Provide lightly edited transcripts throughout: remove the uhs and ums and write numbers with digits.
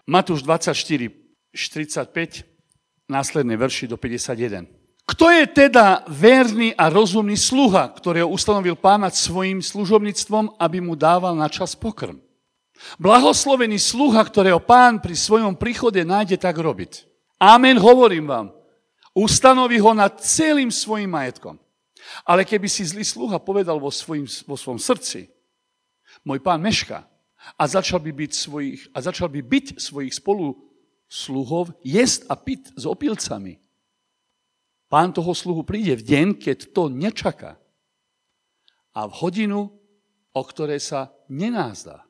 Matúš 24, 45, následné verši do 51. Kto je teda verný a rozumný sluha, ktorého ustanovil Pán nad svojím služobníctvom, aby mu dával na čas pokrm? Blahoslovený sluha, ktorého Pán pri svojom príchode nájde tak robiť. Amen, hovorím vám. Ustanoví ho nad celým svojim majetkom. Ale keby si zlý sluha povedal vo svojom srdci, môj pán meška, a začal by byť svojich spolusluhov, jesť a piť s opilcami. Pán toho sluhu príde v deň, keď to nečaká. A v hodinu, o ktorej sa nenázdá.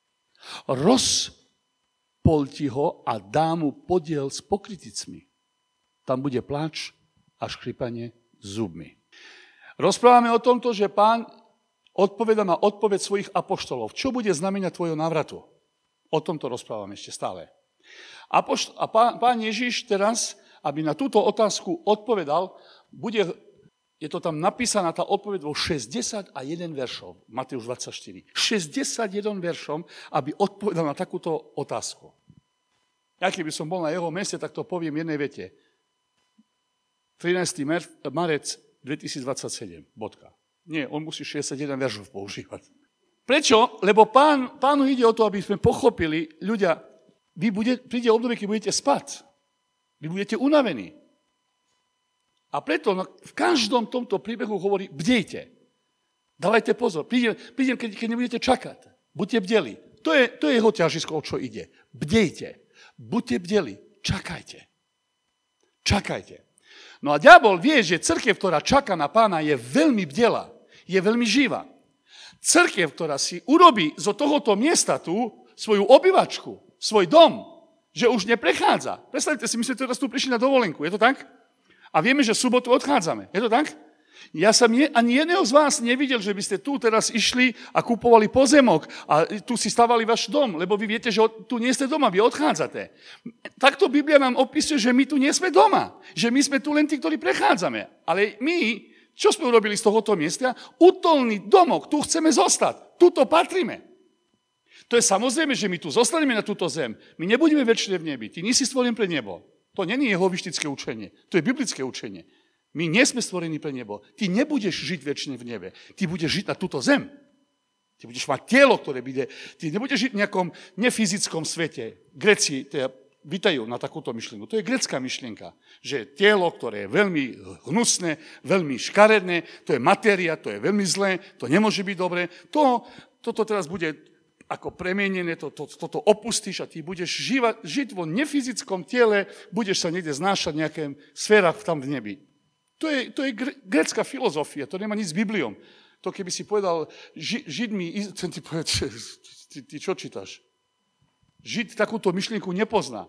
Rozpolti ho a dá mu podiel s pokryticmi. Tam bude pláč a škripanie zubmi. Rozprávame o tomto, že Pán odpoveda na odpoveď svojich apoštolov. Čo bude znamenia tvojho návratu? O tomto rozprávame ešte stále. Pán Ježiš teraz, aby na túto otázku odpovedal, je to tam napísaná tá odpoveď vo 61 veršov, Matúš 24. 61 veršom, aby odpovedal na takúto otázku. Ja keby som bol na jeho mieste, tak to poviem jednej vete. 13. marec 2027. Bodka. Nie, on musí 61 veršov používať. Prečo? Lebo pánu ide o to, aby sme pochopili, ľudia, príde obdobie, keď budete spať. Vy budete unavení. A preto v každom tomto príbehu hovorí, bdejte. Dávajte pozor. Prídem, keď nebudete čakať. Buďte bdeli. To je jeho ťažisko, o čo ide. Bdejte. Buďte bdeli. Čakajte. Čakajte. No a diabol vie, že cirkev, ktorá čaká na Pána, je veľmi bdelá, je veľmi živá. Cirkev, ktorá si urobí zo tohoto miesta tu svoju obývačku, svoj dom, že už neprechádza. Predstavte si, my sme teraz tu prišli na dovolenku, je to tak? A vieme, že v sobotu odchádzame, je to tak? Ja som ani jedného z vás nevidel, že by ste tu teraz išli a kupovali pozemok a tu si stavali váš dom, lebo vy viete, že tu nie ste doma, vy odchádzate. Takto Biblia nám opisuje, že my tu nie sme doma, že my sme tu len tí, ktorí prechádzame. Ale my, čo sme urobili z tohoto miesta? Útolný domok, tu chceme zostať, tuto patríme. To je samozrejme, že my tu zostaneme na túto zem. My nebudeme večne v nebi, ty nie si stvorený pre nebo. To nie je jehovištické učenie, to je biblické učenie. My nie sme stvorení pre nebo. Ty nebudeš žiť večne v nebe. Ty budeš žiť na túto zem. Ty budeš mať telo, ktoré bude... Ty nebudeš žiť v nejakom nefyzickom svete. Gréci vítajú na takúto myšlienku. To je grécka myšlienka. Že telo, ktoré je veľmi hnusné, veľmi škaredné, to je matéria, to je veľmi zlé, to nemôže byť dobré. Toto teraz bude ako premienené, toto opustíš a ty budeš žiť vo nefyzickom tele, budeš sa niekde znášať v nejakém sférach tam v nebi. To je grécka filozofia, to nemá nič s Bibliom. To keby si povedal Židmi, ty čo čítaš? Žid takúto myšlienku nepozná.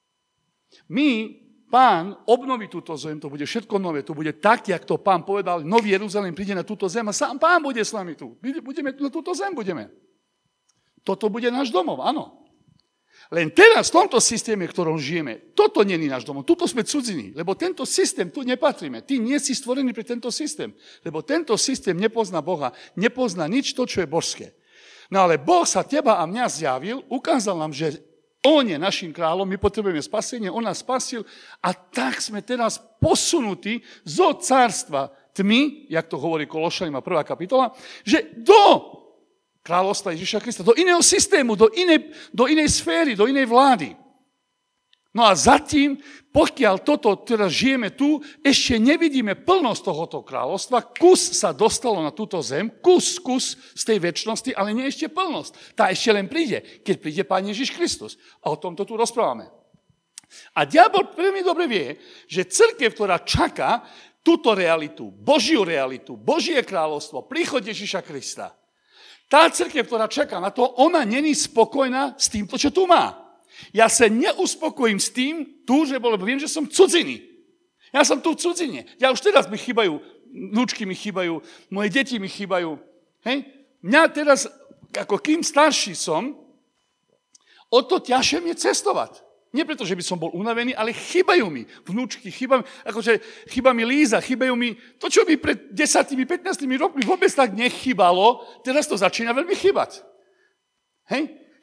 Pán obnoví túto zem, to bude všetko nové, to bude tak, jak to Pán povedal, Nový Jeruzalém príde na túto zem a sám Pán bude s nami tu. Budeme na túto zem, budeme. Toto bude náš domov, áno. Len teraz v tomto systéme, v ktorom žijeme, toto nie je náš domov, tuto sme cudzini, lebo tento systém, tu nepatríme. Ty nie si stvorený pre tento systém, lebo tento systém nepozná Boha, nepozná nič to, čo je božské. No ale Boh sa teba a mňa zjavil, ukázal nám, že On je našim kráľom, my potrebujeme spasenie, On nás spasil a tak sme teraz posunutí zo cárstva tmy, jak to hovorí Kološanim 1. kapitola, že do kráľovstva Ježiša Krista, do iného systému, do inej sféry, do inej vlády. No a zatím, pokiaľ toto teraz žijeme tu, ešte nevidíme plnosť tohoto kráľovstva, kus sa dostalo na túto zem, kus z tej večnosti, ale nie ešte plnosť. Tá ešte len príde, keď príde Pán Ježiš Kristus. A o tomto tu rozprávame. A diabol veľmi dobre vie, že cirkev, ktorá čaká túto realitu, Božie kráľovstvo, príchod Ježiša Krista, tá cirkev, ktorá čaká na to, ona není spokojná s týmto, čo tu má. Ja sa neuspokojím s tým tu, lebo viem, že som v cudzini. Ja som tu v cudzine. Ja už teraz mi chýbajú, vnúčky mi chýbajú, moje deti mi chýbajú. Hej? Mňa teraz, ako kým starší som, o to ťažšie mi cestovať. Nie preto, že by som bol unavený, ale chýbajú mi vnúčky, chýba mi Líza, chýbajú mi to, čo mi pred 10-15 rokmi vôbec tak nechýbalo, teraz to začína veľmi chýbať. Hej?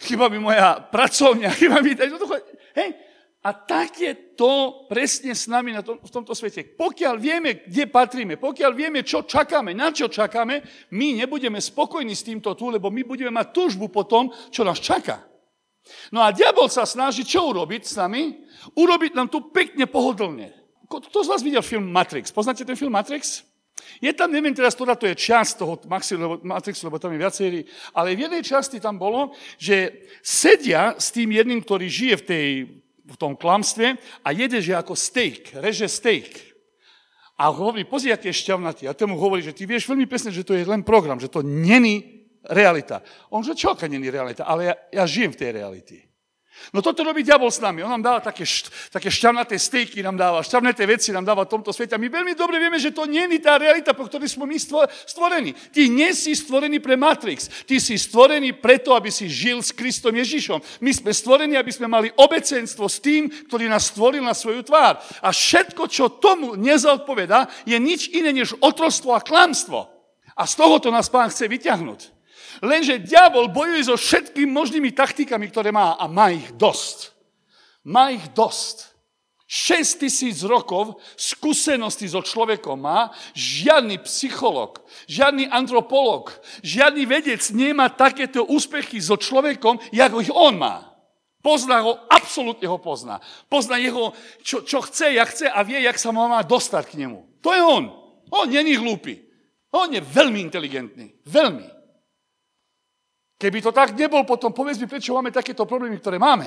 chýba mi moja pracovňa, chýba mi... Hej, a tak je to presne s nami v tomto svete. Pokiaľ vieme, kde patríme, pokiaľ vieme, čo čakáme, na čo čakáme, my nebudeme spokojní s týmto tu, lebo my budeme mať túžbu po tom, čo nás čaká. No a diabol sa snaží čo urobiť s nami? Urobiť nám tu pekne pohodlne. Kto z vás videl film Matrix? Poznáte ten film Matrix? Je tam, neviem teraz, ktorá to je časť toho Matrixu, lebo tam je viacerý, ale v jednej časti tam bolo, že sedia s tým jedným, ktorý žije v tom klamstve a jede, že ako steak, reže steak. A hovorí, pozri, aký je šťavnatý. A tomu hovorí, že ty vieš veľmi presne, že to je len program, že to není realita. On že čo, aká není realita? Ale ja žijem v tej realite. No toto robí diabol s nami. On nám dáva také šťavnaté stejky, nám dáva šťavnaté veci, nám dáva v tomto svete. A my veľmi dobre vieme, že to nie je tá realita, po ktorej sme my stvorení. Ty nie si stvorený pre Matrix. Ty si stvorený preto, aby si žil s Kristom Ježišom. My sme stvorení, aby sme mali obecenstvo s tým, ktorý nás stvoril na svoju tvár. A všetko, čo tomu nezodpovedá, je nič iné než otroctvo a klamstvo. A z tohoto nás Pán chce vyťahnuť. Lenže diabol bojuje so všetkými možnými taktikami, ktoré má a má ich dosť. Má ich dosť. 6000 rokov skúsenosti so človekom má, žiadny psychológ, žiadny antropológ, žiadny vedec nemá takéto úspechy so človekom, ako ich on má. Pozná ho, absolútne ho pozná. Pozná jeho, čo chce, jak chce a vie, jak sa má dostať k nemu. To je on. On není hlúpy. On je veľmi inteligentný. Veľmi. Keby to tak nebol, potom povedz mi, prečo máme takéto problémy, ktoré máme.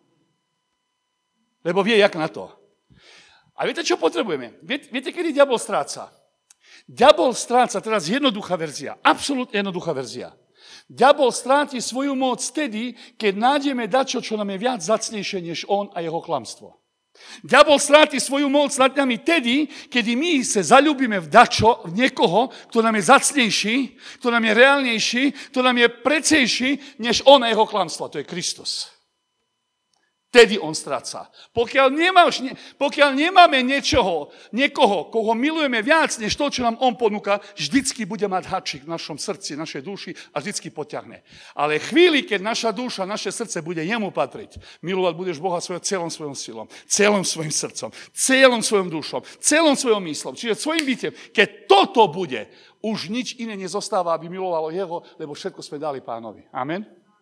Lebo vie, jak na to. A viete, čo potrebujeme? Viete, kedy diabol stráca? Diabol stráca, teraz jednoduchá verzia, absolútne jednoduchá verzia. Diabol stráti svoju moc vtedy, keď nájdeme dačo, čo nám je viac zacnejšie, než on a jeho klamstvo. Diabol stráti svoju moc nad nami tedy, kedy my sa zaľúbime v dačo, v niekoho, kto nám je zacnejší, kto nám je reálnejší, kto nám je precejší, než on a jeho klamstvo. To je Kristus. Vtedy on stráca. Pokiaľ nemáme niekoho, koho milujeme viac, než to, čo nám on ponúka, vždycky bude mať hačik v našom srdci, našej duši a vždycky poťahne. Ale chvíli, keď naša duša, naše srdce bude jemu patriť, milovať budeš Boha celým svojom silom, celým svojim srdcom, celým svojim dušom, celým svojim myslom, čiže svojim bytem. Keď toto bude, už nič iné nezostáva, aby milovalo jeho, lebo všetko sme dali Pánovi. Amen?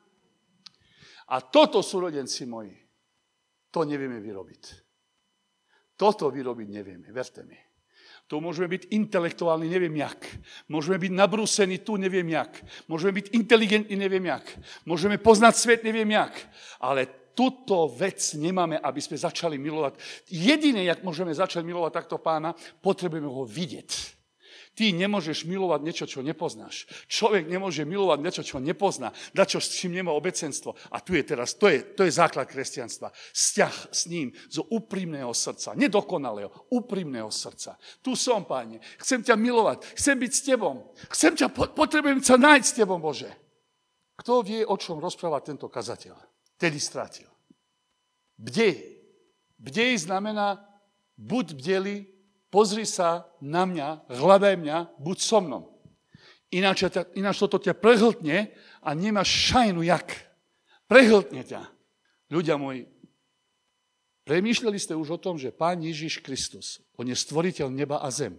A toto sú rodenci moji. To nevieme vyrobiť. Toto vyrobiť nevieme, verte mi. Tu môžeme byť intelektuálni, neviem jak. Môžeme byť nabrúsení, tu neviem jak. Môžeme byť inteligentní, neviem jak. Môžeme poznať svet, neviem jak. Ale túto vec nemáme, aby sme začali milovať. Jediné, jak môžeme začať milovať takto Pána, potrebujeme ho vidieť. Ty nemôžeš milovať niečo, čo nepoznáš. Človek nemôže milovať niečo, čo nepozná. Dačo, s čím nemá obecenstvo. A tu je teraz, to je základ kresťanstva. Vzťah s ním zo úprimného srdca. Nedokonalého, úprimného srdca. Tu som, Páne. Chcem ťa milovať. Chcem byť s tebou. Potrebujem sa nájsť s tebou, Bože. Kto vie, o čom rozpráva tento kazateľ? Tedy strátil. Bdej. Bdej znamená buď bdeli, pozri sa na mňa, hľadaj mňa, buď so mnou. Ináč toto ťa prehltne a nemáš šajnu jak. Prehltne ťa. Ľudia moji, premýšľali ste už o tom, že Pán Ježiš Kristus, on je stvoriteľ neba a zem.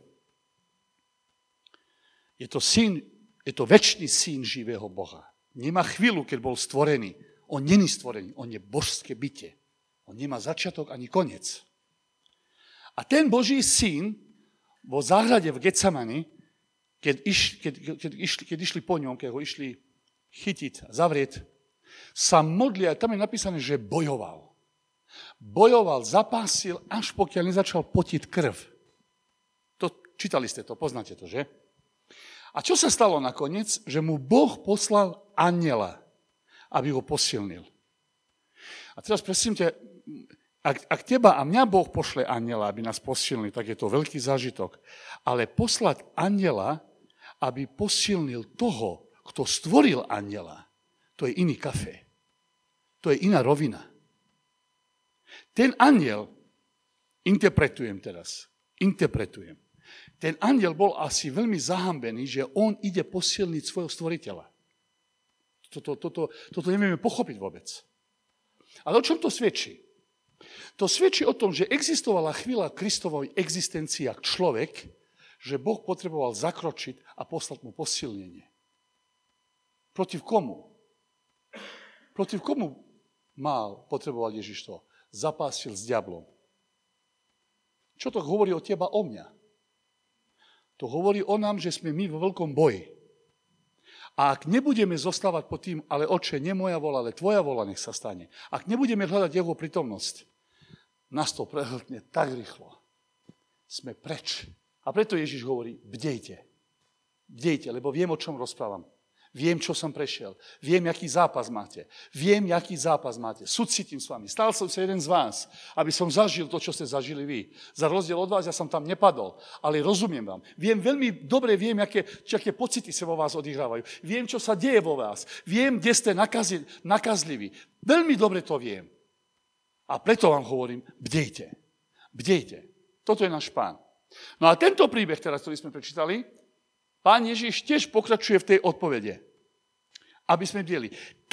Je to večný syn živého Boha. Nemá chvíľu, keď bol stvorený. On není stvorený, on je božské bytie. On nemá začiatok ani koniec. A ten Boží syn vo záhrade v Getsamani, keď išli po ňom, keď ho išli chytiť a zavrieť, sa modlia, tam je napísané, že bojoval. Bojoval, zapásil, až pokiaľ nezačal potiť krv. Čítali ste to, poznáte to, že? A čo sa stalo nakoniec? Že mu Boh poslal anjela, aby ho posilnil. A teraz prosím ťa, ak teba a mňa Boh pošle anjela, aby nás posilnil, tak je to veľký zážitok. Ale poslať anjela, aby posilnil toho, kto stvoril anjela, to je iný kafe. To je iná rovina. Ten anjel, interpretujem. Ten anjel bol asi veľmi zahambený, že on ide posilniť svojho stvoriteľa. Toto nevieme pochopiť vôbec. Ale o čom to svedčí? To svedčí o tom, že existovala chvíľa Kristovej existencie ako človek, že Boh potreboval zakročiť a poslať mu posilnenie. Protiv komu? Protiv komu potreboval Ježiš to? Zapásil s diablom. Čo to hovorí o teba, o mňa? To hovorí o nám, že sme my vo veľkom boji. A ak nebudeme zostávať pod tým, ale Oče, nie moja voľa, ale tvoja voľa nech sa stane. Ak nebudeme hľadať jeho prítomnosť, nás to prehltne tak rýchlo. Sme preč. A preto Ježiš hovorí, bdejte. Bdejte, lebo viem, o čom rozprávam. Viem, čo som prešiel. Viem, aký zápas máte. Súcitím s vami. Stal som sa jeden z vás, aby som zažil to, čo ste zažili vy. Za rozdiel od vás, ja som tam nepadol, ale rozumiem vám. Veľmi dobre viem, aké pocity sa vo vás odihrávajú. Viem, čo sa deje vo vás. Viem, kde ste nakazliví. Veľmi dobre to viem. A preto vám hovorím, bdejte. Bdejte. Toto je náš Pán. No a tento príbeh teraz, ktorý sme prečítali, Pán Ježiš tiež pokračuje v tej odpovede, aby sme bdeli.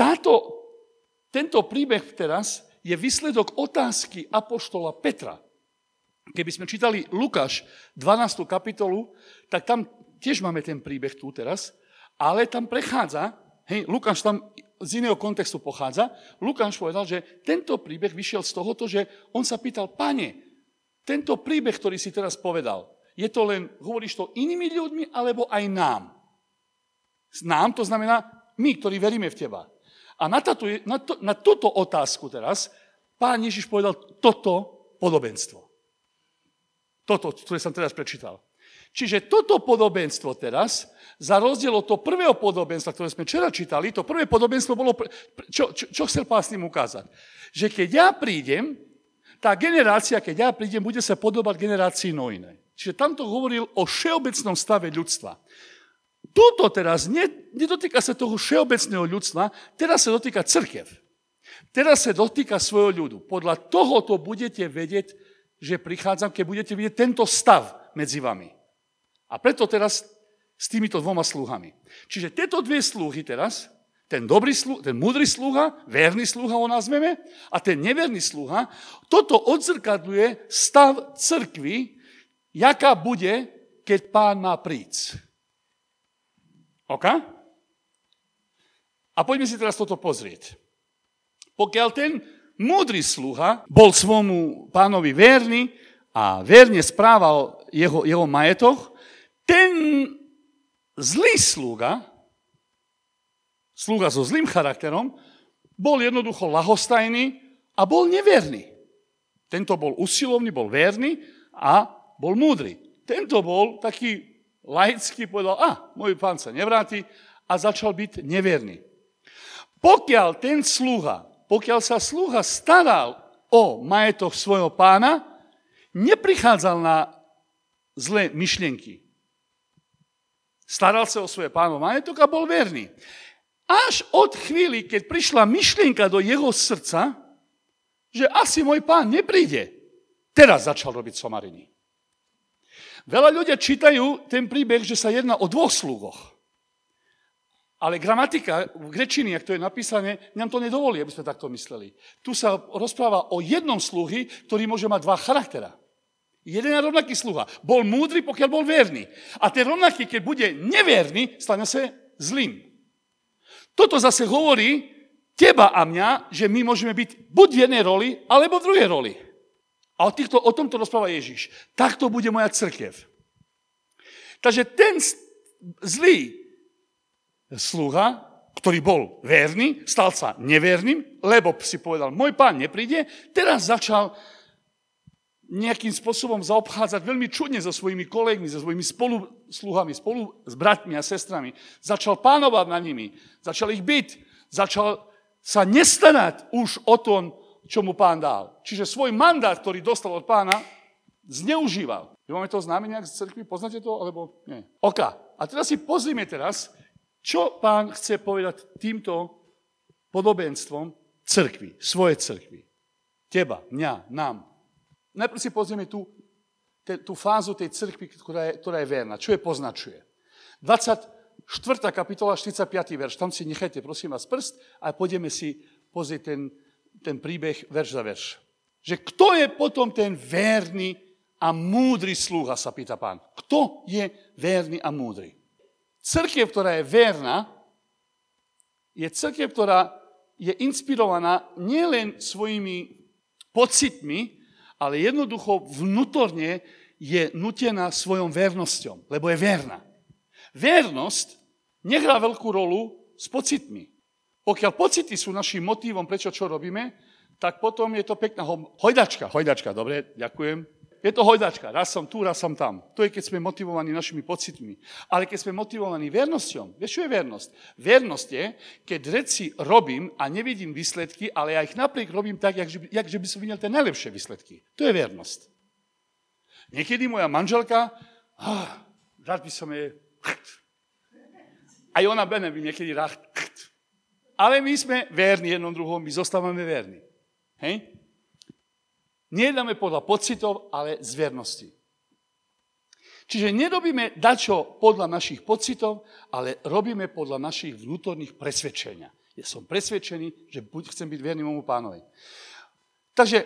Tento príbeh teraz je výsledok otázky apoštola Petra. Keby sme čítali Lukáš 12. kapitolu, tak tam tiež máme ten príbeh tu teraz, ale tam prechádza, Lukáš tam z iného kontextu pochádza, Lukáš povedal, že tento príbeh vyšiel z tohoto, že on sa pýtal, Pane, tento príbeh, ktorý si teraz povedal, je to len, hovoríš to inými ľuďmi, alebo aj nám? Nám, to znamená my, ktorí veríme v teba. A na túto otázku teraz Pán Ježiš povedal toto podobenstvo. Toto, ktoré som teraz prečítal. Čiže toto podobenstvo teraz, za rozdiel od toho prvého podobenstva, ktoré sme včera čítali, to prvé podobenstvo bolo, čo chcel Pán s tým ukázať? Že keď ja prídem, tá generácia, keď ja prídem, bude sa podobať generácii Noinej. Čiže tamto hovoril o všeobecnom stave ľudstva. Tuto teraz nedotýka sa toho všeobecného ľudstva, teraz sa dotýka cirkev. Teraz sa dotýka svojho ľudu. Podľa tohoto budete vedieť, že prichádzam, keď budete vidieť tento stav medzi vami. A preto teraz s týmito dvoma sluhami. Čiže tieto dve sluhy teraz, ten múdry sluha, verný sluha ho nazveme, a ten neverný sluha, toto odzrkadľuje stav cirkvi, jaká bude, keď Pán má prísť. OK? A poďme si teraz toto pozrieť. Pokiaľ ten múdry sluha bol svojmu pánovi verný a verne správal jeho majetok, ten zlý sluha so zlým charakterom, bol jednoducho ľahostajný a bol neverný. Tento bol usilovný, bol verný a bol múdry. Tento bol taký laický, povedal, môj pán sa nevráti a začal byť neverný. Pokiaľ sa sluha staral o majetok svojho pána, neprichádzal na zlé myšlienky. Staral sa o svoje pánov majetok a bol verný. Až od chvíli, keď prišla myšlienka do jeho srdca, že asi môj pán nepríde, teraz začal robiť somariny. Veľa ľudia čítajú ten príbeh, že sa jedná o dvoch sluhoch. Ale gramatika v grečine, ak to je napísané, nám to nedovolí, aby sme takto mysleli. Tu sa rozpráva o jednom sluhy, ktorý môže mať dva charaktera. Jeden a rovnaký sluha. Bol múdry, pokiaľ bol verný. A ten rovnaký, keď bude neverný, stane sa zlým. Toto zase hovorí teba a mňa, že my môžeme byť buď v jednej roli, alebo v druhej roli. A o tomto rozpráva Ježiš. Takto bude moja cirkev. Takže ten zlý sluha, ktorý bol verný, stal sa neverným, lebo si povedal, môj pán nepríde, teraz začal nejakým spôsobom zaobchádzať veľmi čudne so svojimi kolegmi, so svojimi spolusluhami, spolu s bratmi a sestrami. Začal pánovať na nimi, začal ich byť, začal sa nestarať už o tom, čo mu pán dal. Čiže svoj mandát, ktorý dostal od pána, zneužíval. Máme to známe nejak z cirkvi? Poznáte to? Alebo nie? OK. A teraz si pozrime čo pán chce povedať týmto podobenstvom cirkvi, svojej cirkvi. Teba, mňa, nám. Najprv si pozrieme tú fázu tej cirkvi, ktorá je verná. Čo je poznačuje? 22. 4. kapitola, 45. verš. Tam si nechajte, prosím vás, prst a pôjdeme si pozrieť ten príbeh verš za verš. Že kto je potom ten verný a múdry slúha, sa pýta Pán. Kto je verný a múdry? Cirkev, ktorá je verná, je cirkev, ktorá je inspirovaná nielen svojimi pocitmi, ale jednoducho vnútorne je nutená svojou vernosťou, lebo je verná. Vernosť nehrá veľkú rolu s pocitmi. Pokiaľ pocity sú našim motívom, prečo čo robíme, tak potom je to pekná hojdačka, dobre, ďakujem. Je to hojdačka, raz som tu, raz som tam. To je, keď sme motivovaní našimi pocitmi. Ale keď sme motivovaní vernosťou, vieš, čo je vernosť? Vernosť je, keď veci robím a nevidím výsledky, ale ja ich napriek robím tak, že by som videl tie najlepšie výsledky. To je vernosť. Niekedy moja manželka, rád by som jej... Aj ona by niekedy rád... Ale my sme verní jednom druhom, my zostávame verní. Hej? Nedáme podľa pocitov, ale z vernosti. Čiže nerobíme dačo podľa našich pocitov, ale robíme podľa našich vnútorných presvedčenia. Ja som presvedčený, že chcem byť verný môjmu Pánovi. Takže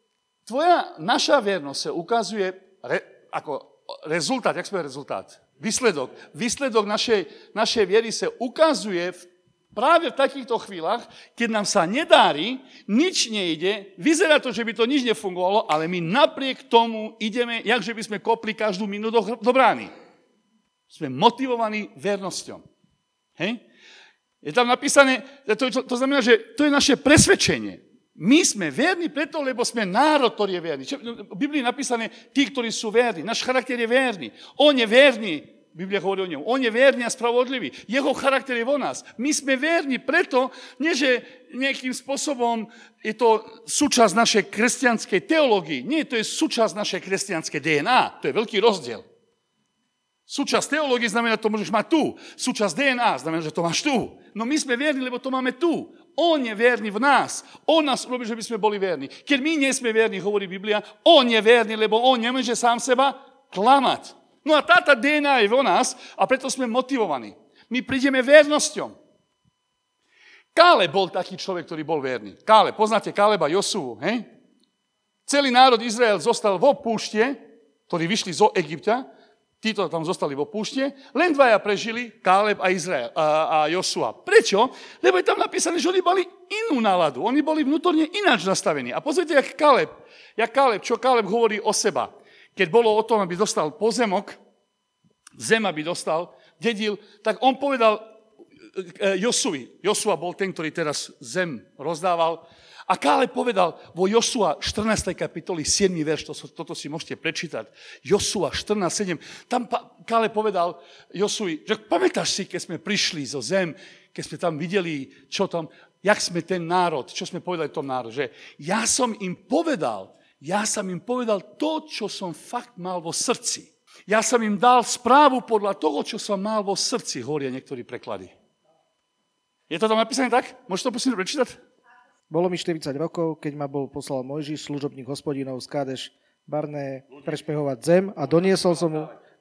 naša vernosť sa ukazuje ako rezultát, jak sme rezultát? Výsledok našej viery sa ukazuje práve v takýchto chvíľach, keď nám sa nedári, nič nejde, vyzerá to, že by to nič nefungovalo, ale my napriek tomu ideme, jakže by sme kopli každú minútu do brány. Sme motivovaní vernosťou. Hej? Je tam napísané, to znamená, že to je naše presvedčenie. My sme verní preto, lebo sme národ, ktorý je verný. V Biblii je napísané, tí, ktorí sú verní. Náš charakter je verný. On je verný. Biblia hovorí o ňom. On je verný a spravodlivý. Jeho charakter je vo nás. My sme verní preto, nie že nejakým spôsobom je to súčasť našej kresťanskej teológie. Nie, to je súčasť našej kresťanskej DNA. To je veľký rozdiel. Súčasť teológie znamená, že to môžeš mať tu. Súčasť DNA znamená, že to máš tu. No my sme verní, lebo to máme tu. On je verný v nás. On nás robí, že by sme boli verní. Keď my nie sme verní, hovorí Biblia, on je verný, lebo on nemôže sám seba klamať. No a táto DNA je vo nás a preto sme motivovaní. My prídeme vernosťou. Káleb bol taký človek, ktorý bol verný. Káleb, poznáte Káleba, Josúu, hej? Celý národ Izrael zostal vo púšte, ktorí vyšli zo Egypta, títo tam zostali vo púšte, len dvaja prežili, Káleb a Josua. Prečo? Lebo je tam napísané, že oni mali inú náladu, oni boli vnútorne ináč nastavení. A pozrite, čo Káleb hovorí o seba. Keď bolo o tom, aby dostal pozemok, zem, aby dostal, dedil, tak on povedal Josui. Josua bol ten, ktorý teraz zem rozdával. A Káleb povedal vo Josua 14. kapitoli 7. verš, toto si môžete prečítať. Josua 14.7. Tam Káleb povedal Josui, že pamätáš si, keď sme prišli zo zem, keď sme tam videli, čo tam, jak sme ten národ, čo sme povedali tom národu, že ja som im povedal to, čo som fakt mal vo srdci. Ja som im dal správu podľa toho, čo som mal vo srdci, hovoria niektorí preklady. Je to tam napísané tak? Môžeš to prosím prečítať? Bolo mi 40 rokov, keď ma bol poslal Mojžiš, služobník hospodinov z Kádeš Barné, prešpehovať zem a doniesol som mu...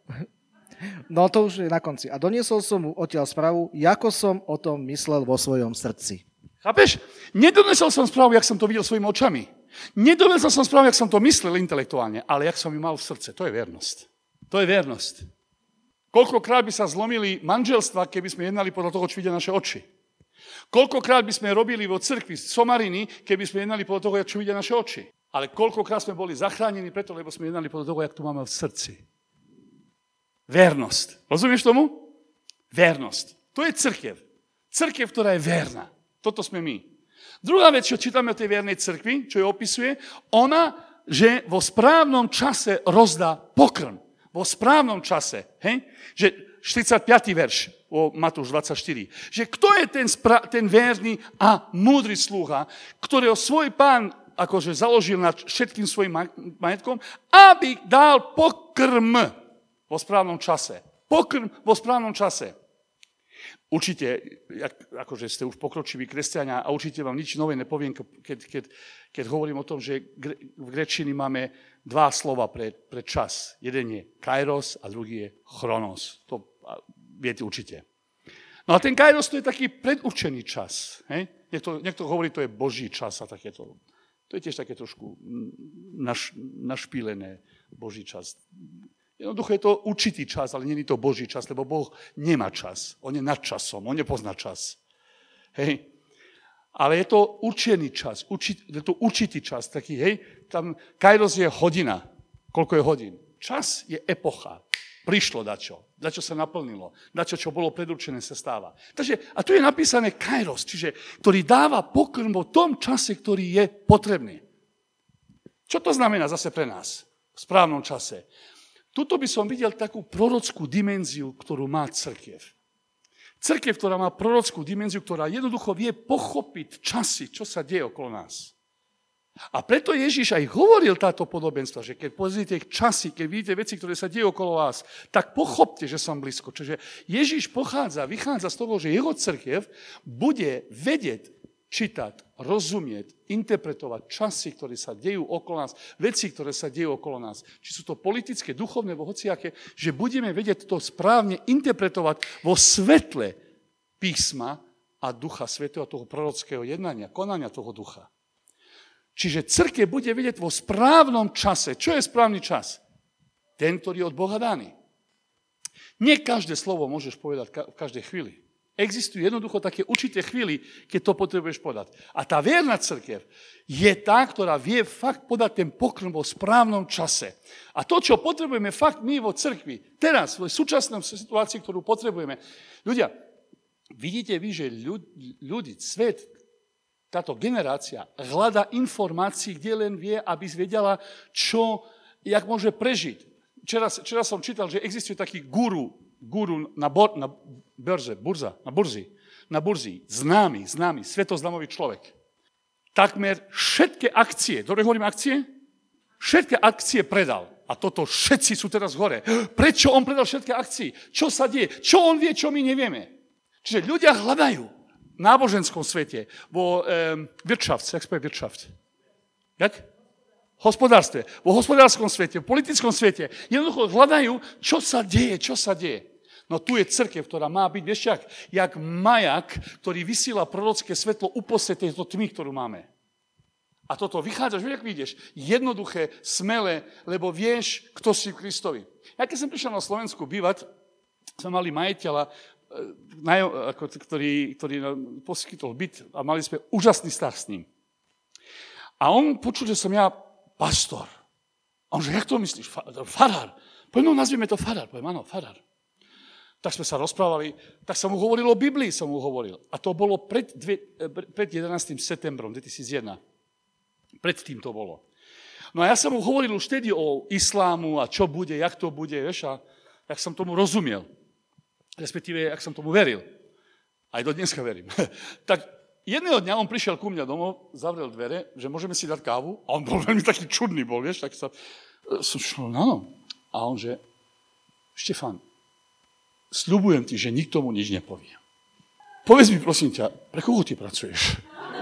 No to už je na konci. A doniesol som mu odtiaľ správu, ako som o tom myslel vo svojom srdci. Chápeš? Nedoniesol som správu, jak som to videl svojimi očami. Nedoniesol som správu, jak som to myslel intelektuálne, ale jak som ju mal v srdce. To je vernosť. To je vernosť. Koľkokrát by sa zlomili manželstva, keby sme jednali podľa toho, čo vidia naše oči. Koľkokrát by sme robili vo cirkvi somariny, keby sme jednali podľa toho, čo vidia naše oči. Ale koľkokrát sme boli zachránení preto, lebo sme jednali podľa toho, jak to máme v srdci. Vernosť. Rozumieš tomu? Vernosť. To je cirkev. Cirkev, ktorá je verná. Toto sme my. Druhá vec, čo čítame o tej vernej cirkvi, čo ju opisuje, ona, že vo správnom čase rozdá pokrm. Vo správnom čase. Hej? Že 45. verš o Matúš 24. Že kto je ten verný a múdry slúha, ktorého svoj pán akože založil nad všetkým svojim majetkom, aby dal pokrm vo správnom čase. Pokrm vo správnom čase. Určite, akože ste už pokročiví kresťania a určite vám nič nové nepoviem, keď hovorím o tom, že v gréčtine máme dva slova pre čas. Jeden je kairos a druhý je chronos. To viete určite. No a ten kairos to je taký predurčený čas. Hej? Niekto hovorí, to je Boží čas a takéto. To je tiež také trošku našpílené Boží čas. Jednoducho je to určitý čas, ale nie je to Boží čas, lebo Boh nemá čas. On je nad časom, on nepozná čas. Hej? Ale je to určený čas, je to určitý čas. Taký, hej? Tam kairos je hodina. Koľko je hodín? Čas je epocha. Prišlo dačo sa naplnilo, dačo, čo bolo predurčené, sa stáva. Takže, a tu je napísané kairos, čiže ktorý dáva pokrm v tom čase, ktorý je potrebný. Čo to znamená zase pre nás v správnom čase? Tuto by som videl takú prorockú dimenziu, ktorú má cirkev. Cirkev, ktorá má prorockú dimenziu, ktorá jednoducho vie pochopiť časy, čo sa deje okolo nás. A preto Ježiš aj hovoril táto podobenstvo, že keď pozrite časy, keď vidíte veci, ktoré sa dejú okolo vás, tak pochopte, že som blízko. Čiže Ježiš vychádza z toho, že jeho cirkev bude vedieť, čítať, rozumieť, interpretovať časy, ktoré sa dejú okolo nás, veci, ktoré sa dejú okolo nás. Či sú to politické, duchovné, hociaké, že budeme vedieť to správne interpretovať vo svetle písma a Ducha Svätého, toho prorockého jednania, konania toho ducha. Čiže cirkev bude vedieť vo správnom čase. Čo je správny čas? Ten, ktorý je od Boha daný. Nie každé slovo môžeš povedať v každej chvíli. Existujú jednoducho také určité chvíli, keď to potrebuješ podať. A tá vierna cirkev je tá, ktorá vie fakt podať ten pokrm vo správnom čase. A to, čo potrebujeme fakt my vo cirkvi, teraz, v súčasnej situácii, ktorú potrebujeme. Ľudia, vidíte vy, že ľudí, svet, táto generácia hľadá informácií, kde len vie, aby vedela, jak môže prežiť. Včera som čítal, že existuje taký guru na burzi, známy, svetoznámový človek. Takmer všetky akcie, dobre hovorím akcie? Všetky akcie predal. A toto všetci sú teraz hore. Prečo on predal všetky akcie? Čo sa deje? Čo on vie, čo my nevieme? Čiže ľudia hľadajú v náboženskom svete, vo Wirtschaft, jak spôj Wirtschaft? Jak? Hospodárstve. Vo hospodárskom svete, v politickom svete. Jednoducho hľadajú, čo sa deje. No tu je cirkev, ktorá má byť, vieš jak majak, ktorý vysiela prorocké svetlo uprostred tejto tmy, ktorú máme. A toto vychádzaš, vieš, jak vidíš? Jednoduché, smelé, lebo vieš, kto si v Kristovi. Ja keď som prišiel na Slovensku bývať, sme mali majiteľa, ktorý poskytol byt a mali sme úžasný vzťah s ním. A on počul, že som ja pastor. A on že, jak to myslíš? Farár. Poďme, nazvieme to farár. Poďme, áno, farár. Tak sme sa rozprávali, tak som mu hovoril o Biblii, A to bolo pred 11. septembrom 2001. Predtým to bolo. No a ja som mu hovoril už vtedy o islámu a čo bude, jak to bude, vieš, a jak som tomu rozumiel. Respektíve, jak som tomu veril. Aj do dneska verím. Tak jedného dňa on prišiel ku mňa domov, zavrel dvere, že môžeme si dať kávu. A on bol veľmi taký čudný, vieš, tak som šel, no. A on že, Štefan, sľubujem ti, že nikto mu nič nepovie. Povedz mi, prosím ťa, pre koho ty pracuješ?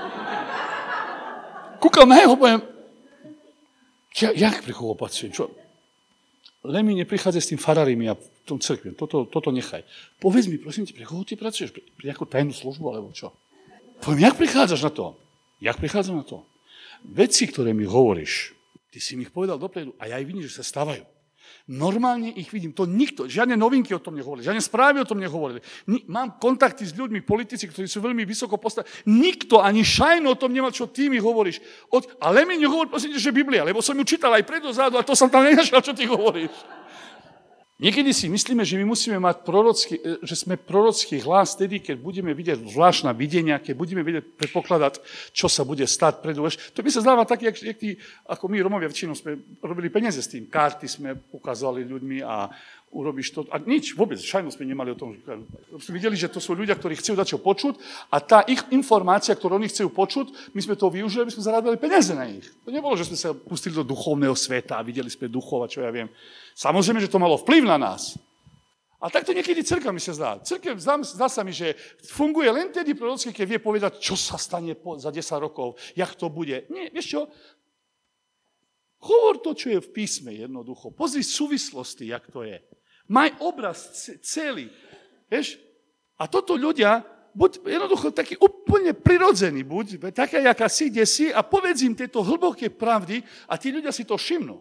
Kúkal na jeho, poviem, jak pre koho pracujem? Čo? Len mi neprichádzaj s tým farárimi a tom cirkvi. Toto nechaj. Povedz mi, prosím ti, pre koho ty pracuješ? Pre nejakú tajnú službu, alebo čo? Poviem, jak prichádzaš na to? Jak prichádzam na to? Veci, ktoré mi hovoríš, ty si mi ich povedal dopredu a ja ich vidím, že sa stávajú. Normálne ich vidím. To nikto, žiadne novinky o tom nehovorili, žiadne správy o tom nehovorili. Mám kontakty s ľuďmi, politici, ktorí sú veľmi vysoko postavení. Nikto ani šajno o tom nemal, čo ty mi hovoríš. Ale mi nehovor, prosím, že Biblia, lebo som ju čítal aj predozadu a to som tam nenašiel, čo ty hovoríš. Niekedy si myslíme, že my musíme mať že sme prorocký hlas tedy, keď budeme vidieť zvláštne videnia, keď budeme vidieť predpokladať, čo sa bude stať predu. To by sa zdáva tak, ako my Romovia väčšinou sme robili peniaze s tým. Karty sme ukázali ľuďmi a urobíš to. A nič, vôbec, šajno sme nemali o tom. Sme videli, že to sú ľudia, ktorí chcú dať čo počuť a tá ich informácia, ktorú oni chcú počuť, my sme to využili, aby sme zarábali peniaze na nich. To nebolo, že sme sa pustili do duchovného sveta a videli sme duchov a čo ja viem. Samozrejme, že to malo vplyv na nás. A takto niekedy cirkev mi sa zdá. Cirkev zdá sa mi, že funguje len tedy prorocky, keď vie povedať, čo sa stane za 10 rokov, jak to bude. Nie, vieš čo? Hovor to, čo je v písme jednoducho. Pozri súvislosti, jak to je. Maj obraz celý. Vieš? A toto ľudia, buď jednoducho taký úplne prirodzený, buď taká, jaká si, kde si a povedz im tieto hlboké pravdy a tí ľudia si to všimnú.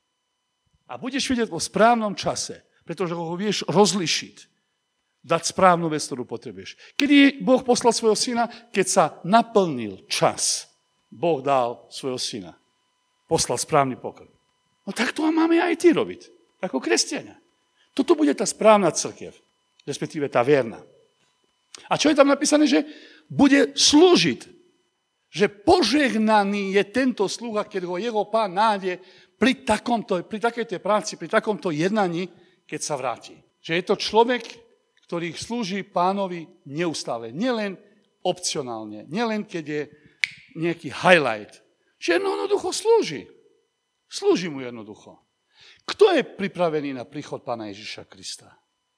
A budeš vidieť vo správnom čase, pretože ho vieš rozlišiť, dať správnu vec, ktorú potrebuješ. Kedy Boh poslal svojho syna? Keď sa naplnil čas, Boh dal svojho syna. Poslal správny pokrm. No tak to máme aj ty robiť, ako kresťania. Toto bude tá správna cirkev, respektíve tá verná. A čo je tam napísané, že bude slúžiť. Že požehnaný je tento sluha, keď ho jeho pán nájde pri takejto práci, pri takomto jednaní, keď sa vráti. Že je to človek, ktorý slúži pánovi neustále. Nielen opcionálne, nielen keď je nejaký highlight. Že jednoducho slúži. Slúži mu jednoducho. Kto je pripravený na príchod pána Ježiša Krista?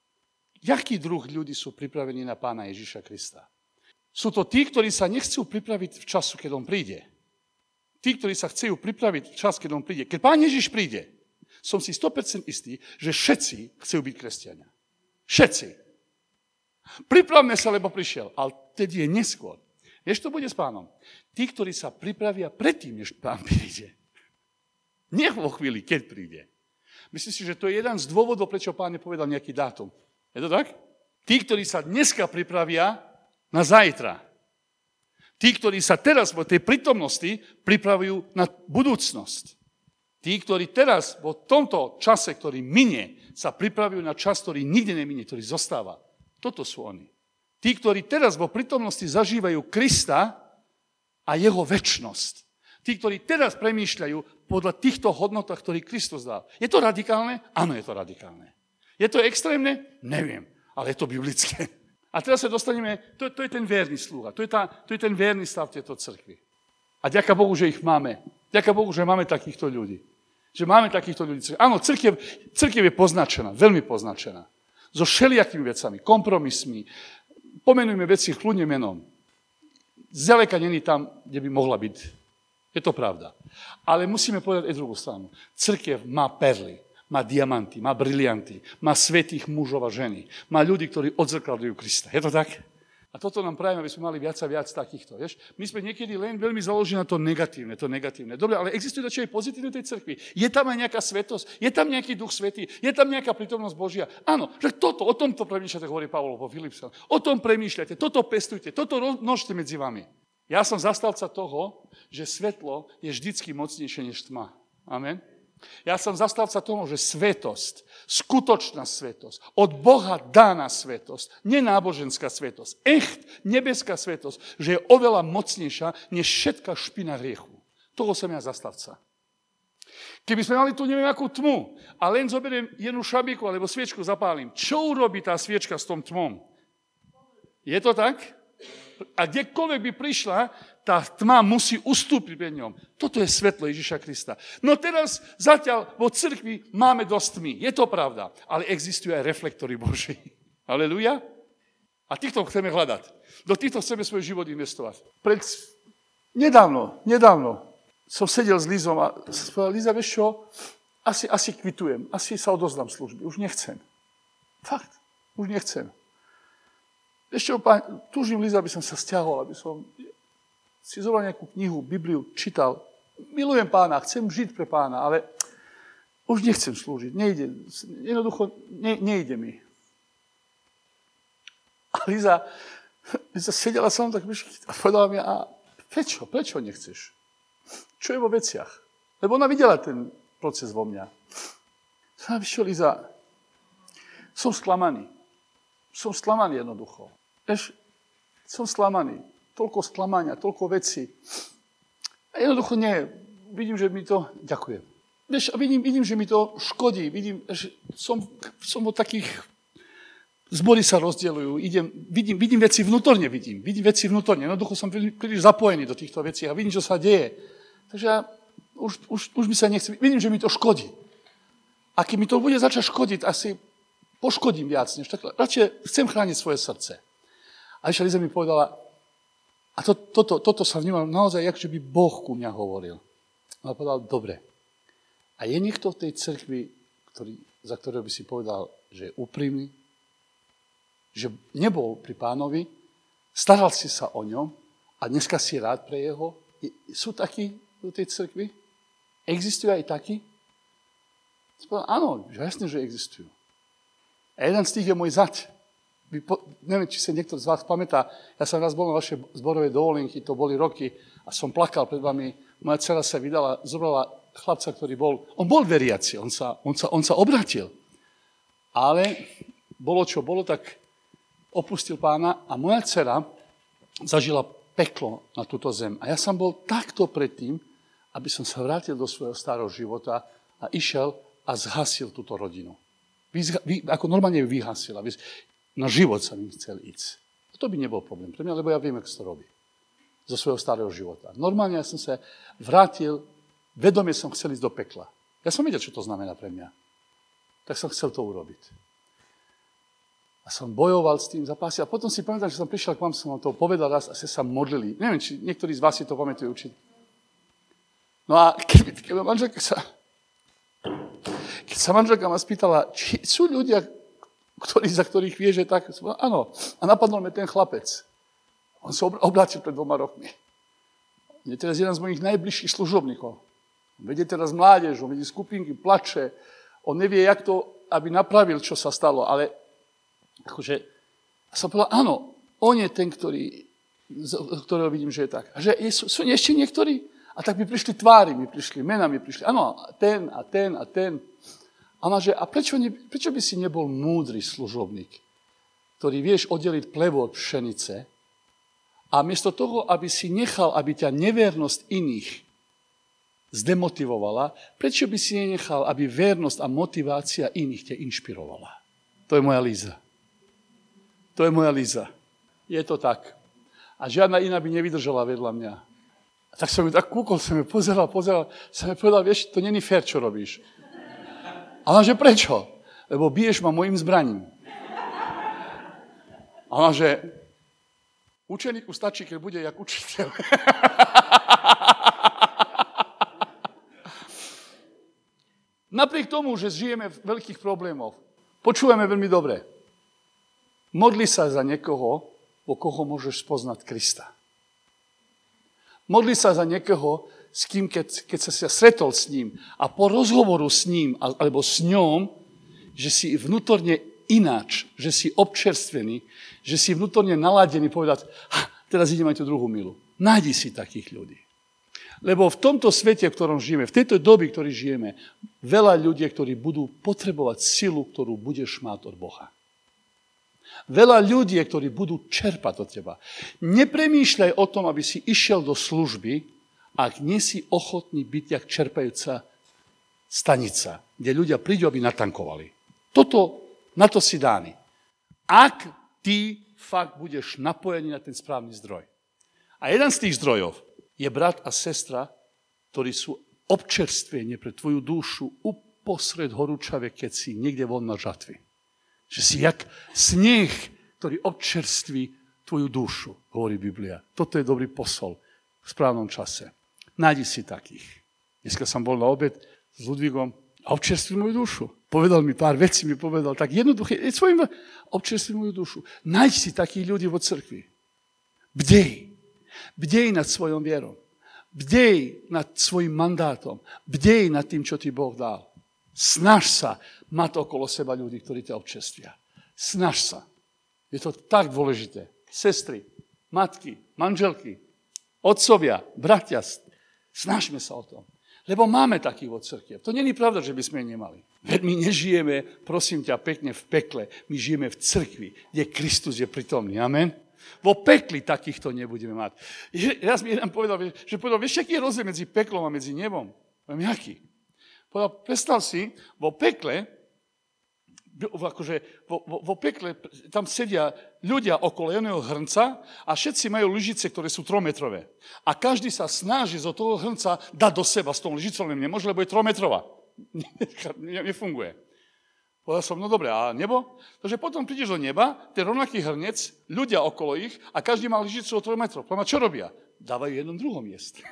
Jaký druh ľudí sú pripravení na pána Ježiša Krista? Sú to tí, ktorí sa nechcú pripraviť v času, keď on príde. Tí, ktorí sa chcú pripraviť v čas, keď on príde. Keď pán Ježiš príde, som si 100% istý, že všetci chcú byť kresťania. Všetci. Pripravme sa, lebo prišiel. Ale tedy je neskôr. Vieš, to bude s pánom. Tí, ktorí sa pripravia predtým, než pán príde. Nie vo chvíli, keď príde. Myslím si, že to je jeden z dôvodov, prečo pán nepovedal nejaký dátum. Je to tak? Tí, ktorí sa dneska pripravia na zajtra. Tí, ktorí sa teraz vo tej prítomnosti pripravujú na budúcnosť. Tí, ktorí teraz vo tomto čase, ktorý minie, sa pripravujú na čas, ktorý nikdy neminie, ktorý zostáva. Toto sú oni. Tí, ktorí teraz vo prítomnosti zažívajú Krista a jeho večnosť. Tí, ktorí teraz premýšľajú podľa týchto hodnotách, ktorý Kristus dal. Je to radikálne? Áno, je to radikálne. Je to extrémne? Neviem, ale je to biblické. A teraz sa dostaneme, to je ten verný sluha, to je ten verný stav tejto cirkvi. A ďaká Bohu, že ich máme. Ďaká Bohu, že máme takýchto ľudí. Že máme takýchto ľudí. Áno, cirkev je poznačená, veľmi poznačená. So všelijakými vecami, kompromismi. Pomenujme veci kľudne menom. Zďaleka není tam, kde by mohla byť. Je to pravda. Ale musíme povedať aj druhú stranu. Cirkev má perly. Má diamanty, má brilianty, má svätých mužov a ženy. Má ľudí, ktorí odzrkadľujú Krista. Je to tak? A toto nám prajeme, aby sme mali viac a viac takýchto. Vieš? My sme niekedy len veľmi založení na to negatívne. Dobre, ale existuje to, čo je pozitívne v tej cirkvi. Je tam aj nejaká svetosť, je tam nejaký duch svätý, je tam nejaká prítomnosť Božia. Áno, že o tomto premýšľate, hovorí Pavol po Filipskom. O tom premýšľate, toto pestujte, toto množte medzi vami. Ja som zastavca toho, že svetlo je vždycky mocnejšie než tma. Amen. Ja som zastavca toho, že svetosť, skutočná svetosť, od Boha daná svetosť, nenáboženská svetosť, nebeská svetosť, že je oveľa mocnejšia než všetká špina hriechu. Toho som ja zastavca. Keby sme mali tu neviem akú tmu a len zoberiem jednu šabiku alebo sviečku zapálim, čo urobí tá sviečka s tom tmom? Je to tak? A kdekoľvek by prišla, tá tma musí ustúpiť pred ňom. Toto je svetlo Ježiša Krista. No teraz zatiaľ vo cirkvi máme dosť tmy. Je to pravda. Ale existujú aj reflektory Boží. Halelujá. A týchto chceme hľadať. Do týchto chceme svoj život investovať. Nedávno som sedel s Lízom a povedal, Líza, vieš čo? Asi kvitujem. Asi sa odozdám služby. Už nechcem. Fakt. Už nechcem. Ešte túžim, Líza, aby som sa stiahol, aby som si zobral nejakú knihu, Bibliu, čítal. Milujem pána, chcem žiť pre pána, ale už nechcem slúžiť. Nejde. Jednoducho, nejde mi. A Líza sedela sa mnou tak a povedala mi, a prečo nechceš? Čo je vo veciach? Lebo ona videla ten proces vo mňa. Vieš čo, Líza, som sklamaný. Som sklamaný jednoducho. Som sklamaný. Toľko sklamania, toľko vecí. A jednoducho nie. Vidím, že mi to... Ďakujem. Vieš, vidím, že mi to škodí. Vidím, že som od takých... Zbory sa rozdeľujú. Vidím veci vnútorne. Vidím veci vnútorne. Jednoducho som príliš zapojený do týchto vecí a vidím, čo sa deje. Takže ja už mi sa nechce... Vidím, že mi to škodí. A keď mi to bude začať škodiť, asi poškodím viac, než tak. Radšej chcem chrániť svoje srdce. A ešte Líza mi povedala, a toto sa vnímal naozaj, jak že by Boh ku mňa hovoril. A povedal, dobre. A je niekto v tej cirkvi, za ktorého by si povedal, že je úprimný? že nebol pri Pánovi, staral si sa o ňom a dneska si rád pre jeho. Sú takí do tej cirkvi? Existujú aj takí? Áno, jasne, že existujú. A jeden z tých je môj zať. Neviem, či sa niekto z vás pamätá, ja som raz bol na vašej zborovej dovolenky, to boli roky, a som plakal pred vami. Moja dcera sa vydala, zobrala chlapca, ktorý on bol veriaci, on sa obratil. Ale bolo čo bolo, tak opustil Pána a moja dcera zažila peklo na túto zem. A ja som bol takto predtým, aby som sa vrátil do svojho starého života a išiel a zhasil túto rodinu. Ako normálne vyhasil. Na život sa mi chcel ísť. To by nebol problém pre mňa, lebo ja viem, ako to robí. Zo svojho starého života. Normálne ja som sa vrátil, vedomie som chcel ísť do pekla. Ja som vedel, čo to znamená pre mňa. Tak som chcel to urobiť. A som bojoval s tým zapásil. A potom si pamätám, že som prišiel k vám, som vám to povedal raz a ste sa modlili. Neviem, či niektorí z vás si to pamätujú určite. No a keď sa manželka ma spýtala, či sú ľudia, za ktorých vie, že tak, áno. A napadol mi ten chlapec. On sa obrátil pred 2 rokmi. Je teraz jeden z mojich najbližších služobníkov. On vedie teraz mládež, on vedie skupinky, plače. On nevie, jak to, aby napravil, čo sa stalo, ale akože, a som povedal, áno, on je ten, ktorého vidím, že je tak. A že sú ešte niektorí? A tak mi prišli tvári, mi prišli mena, mi prišli, áno, ten a ten a ten. A ona, že, a prečo by si nebol múdry služobník, ktorý vieš oddeliť plevu od pšenice a miesto toho, aby si nechal, aby ťa nevernosť iných zdemotivovala, prečo by si nenechal, aby vernosť a motivácia iných ťa inšpirovala? To je moja Líza. To je moja Líza. Je to tak. A žiadna iná by nevydržala vedľa mňa. A tak som ju tak kúkol, som ju pozeral, som ju povedal, vieš, to není fér, čo robíš. A ona, že prečo? Lebo biješ ma mojim zbraním. A ona, že učeníku stačí, keď bude jak učiteľ. Napriek tomu, že žijeme v veľkých problémoch, počúvame veľmi dobre. Modli sa za niekoho, o koho môžeš spoznať Krista. Modli sa za niekoho, s kým, keď sa stretol s ním a po rozhovoru s ním alebo s ňom, že si vnútorne ináč, že si občerstvený, že si vnútorne naladený povedať, teraz idem aj tú druhú milu. Nájdi si takých ľudí. Lebo v tomto svete, v ktorom žijeme, v tejto dobe, v ktorej žijeme, veľa ľudí, ktorí budú potrebovať silu, ktorú budeš mať od Boha. Veľa ľudí, ktorí budú čerpať od teba. Nepremýšľaj o tom, aby si išiel do služby, ak nie si ochotný byť jak čerpajúca stanica, kde ľudia prídu, aby natankovali. Na to si dány. Ak ty fakt budeš napojený na ten správny zdroj. A jeden z tých zdrojov je brat a sestra, ktorí sú občerstvenie pre tvoju dušu uprostred horúčave, keď si niekde von na žatvy. Že si jak sneh, ktorý občerství tvoju dušu, hovorí Biblia. Toto je dobrý posol v správnom čase. Nájdi si takých. Dneska som bol na obed s Ludvíkom a občerství moju dušu. Povedal mi pár vecí, mi povedal tak jednoduché, občerství moju dušu. Nájdi si takých ľudí vo cirkvi. Bdej. Bdej nad svojom vierom. Bdej nad svojim mandátom. Bdej nad tým, čo ti Boh dal. Snaž sa mať okolo seba ľudí, ktorí ťa občerstvia. Snaž sa. Je to tak dôležité. Sestry, matky, manželky, otcovia, bratia, snažme sa o tom. Lebo máme takých od cirkiev. To nie je pravda, že by sme nemali. Veď my nežijeme, prosím ťa, pekne v pekle. My žijeme v cirkvi, kde Kristus je prítomný. Amen. Vo pekli takýchto nebudeme mať. Raz mi jeden povedal, vieš, aký je rozdiel medzi peklom a medzi nebom? Poviem, jaký? Povedal, predstav si, vo pekle, vo pekle, tam sedia ľudia okolo jedného hrnca a všetci majú lyžice, ktoré sú 3-metrové. A každý sa snaží zo toho hrnca dať do seba s tou lyžicou, len nemôže, lebo je 3-metrová. Nefunguje. Povedal som, no dobre, a nebo? Takže potom prídeš do neba, ten rovnaký hrnec, ľudia okolo ich a každý má lyžicu o 3 metrov. Povedal, čo robia? Dávajú jednom druhom jesť.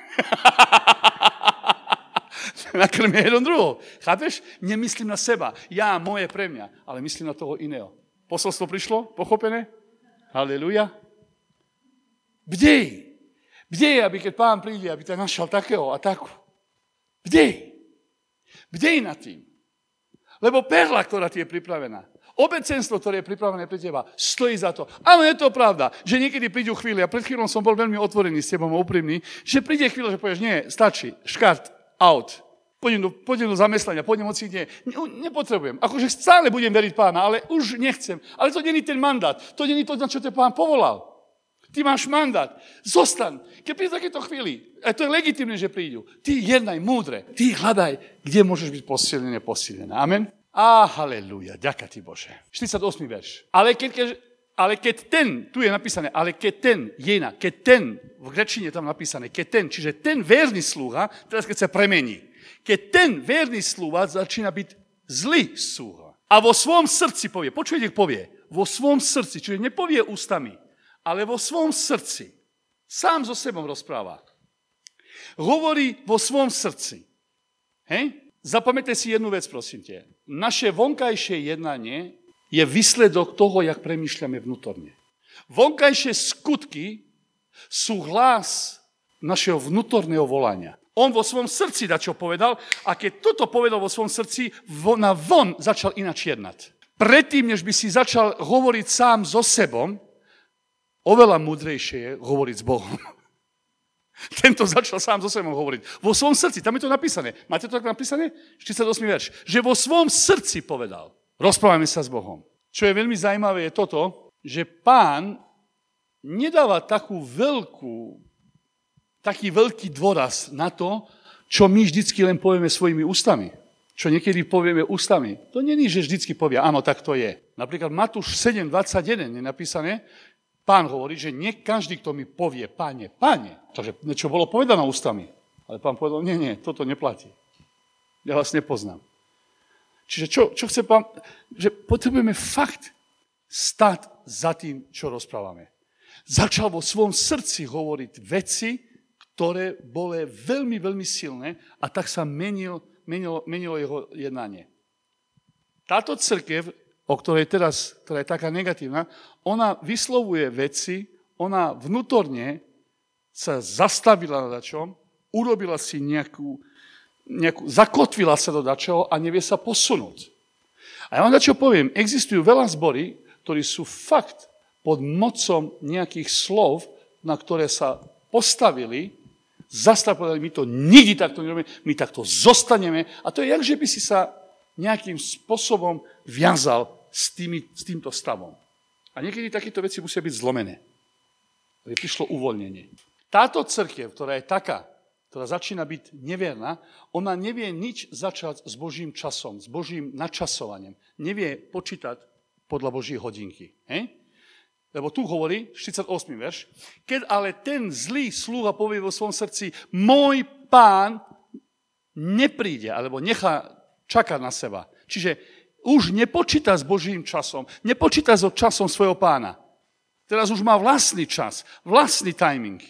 Nakrmia jeden druhého. Chápeš? Nemyslím na seba. Ja, moje pre mňa, ale myslím na toho iného. Posolstvo prišlo? Pochopené? Halelujá. Bdej, aby keď Pán príde, aby ťa našal takého a takú. Bdej nad tým. Lebo perla, ktorá ti je pripravená, obecenstvo, ktoré je pripravené pre teba, stojí za to. Áno, je to pravda, že niekedy prídu chvíli, a pred chvíľou som bol veľmi otvorený s tebou a úprimný, že príde chvíľa, že povieš, nie, stačí, škart, out. Pôjdem do zamestnania, pôjdem hoci kde. Nepotrebujem. Akože stále budem veriť Pána, ale už nechcem. Ale to nie je ten mandát. To nie je to, na čo te Pán povolal. Ty máš mandát. Zostaň. Keď príde takéto chvíli, a to je legitímne, že prídu, ty jednaj múdre. Ty hľadaj, kde môžeš byť posilnená. Amen. Halelúja. Ďaká ti, Bože. 48. verš. Ale keď ten, tu je napísané, ale keď ten, v grečine je tam napísané, keď ten, čiže ten verný slúha, teraz keď sa premení, keď ten verný slúha začína byť zlý slúha. A vo svom srdci povie, počujete, povie, vo svom srdci, čiže nepovie ústami, ale vo svom srdci, sám so sebou rozpráva. Hovorí vo svom srdci. Hej? Zapamätajte si jednu vec, prosím te. Naše vonkajšie jednanie je výsledok toho, jak premýšľame vnútorne. Vonkajšie skutky sú hlas našeho vnútorného volania. On vo svojom srdci dačo povedal a keď toto povedal vo svojom srdci, na von začal ináč jednať. Predtým, než by si začal hovoriť sám so sebou, oveľa múdrejšie je hovoriť s Bohom. Tento začal sám so sebou hovoriť. Vo svojom srdci, tam je to napísané. Máte to tak napísané? 48. verš. Že vo svojom srdci povedal. Rozprávame sa s Bohom. Čo je veľmi zaujímavé je toto, že Pán nedáva taký veľký dôraz na to, čo my vždycky len povieme svojimi ústami. Čo niekedy povieme ústami. To nie je, že vždycky povie, áno, tak to je. Napríklad Matúš 7:21 je napísané, Pán hovorí, že nie každý, kto mi povie, Páne, takže niečo bolo povedané ústami. Ale Pán povedal, nie, toto neplatí. Ja vás nepoznám. Čiže čo chce Pán? Že potrebujeme fakt stať za tým, čo rozprávame. Začal vo svojom srdci hovoriť veci, ktoré boli veľmi, veľmi silné a tak sa menilo jeho jednanie. Táto cirkev, o ktorej teraz, ktorá je taká negatívna, ona vyslovuje veci, ona vnútorne sa zastavila na dačom, urobila si zakotvila sa do dačoho a nevie sa posunúť. A ja vám dačo poviem, existujú veľa zbory, ktorí sú fakt pod mocou nejakých slov, na ktoré sa postavili, zastavili, my to nikdy takto nerobíme, my takto zostaneme. A to je, jak že by si sa nejakým spôsobom viazal s týmto stavom. A niekedy takéto veci musia byť zlomené. Ale prišlo uvoľnenie. Táto cirkev, ktorá je taká, ktorá začína byť neverná, ona nevie nič začať s Božím časom, s Božím načasovaním. Nevie počítať podľa Božích hodinky. Lebo tu hovorí, 48. verš, keď ale ten zlý slúha povie vo svojom srdci, môj Pán nepríde, alebo nechá čakať na seba. Čiže už nepočíta s Božím časom, nepočíta so časom svojho Pána. Teraz už má vlastný čas, vlastný timing.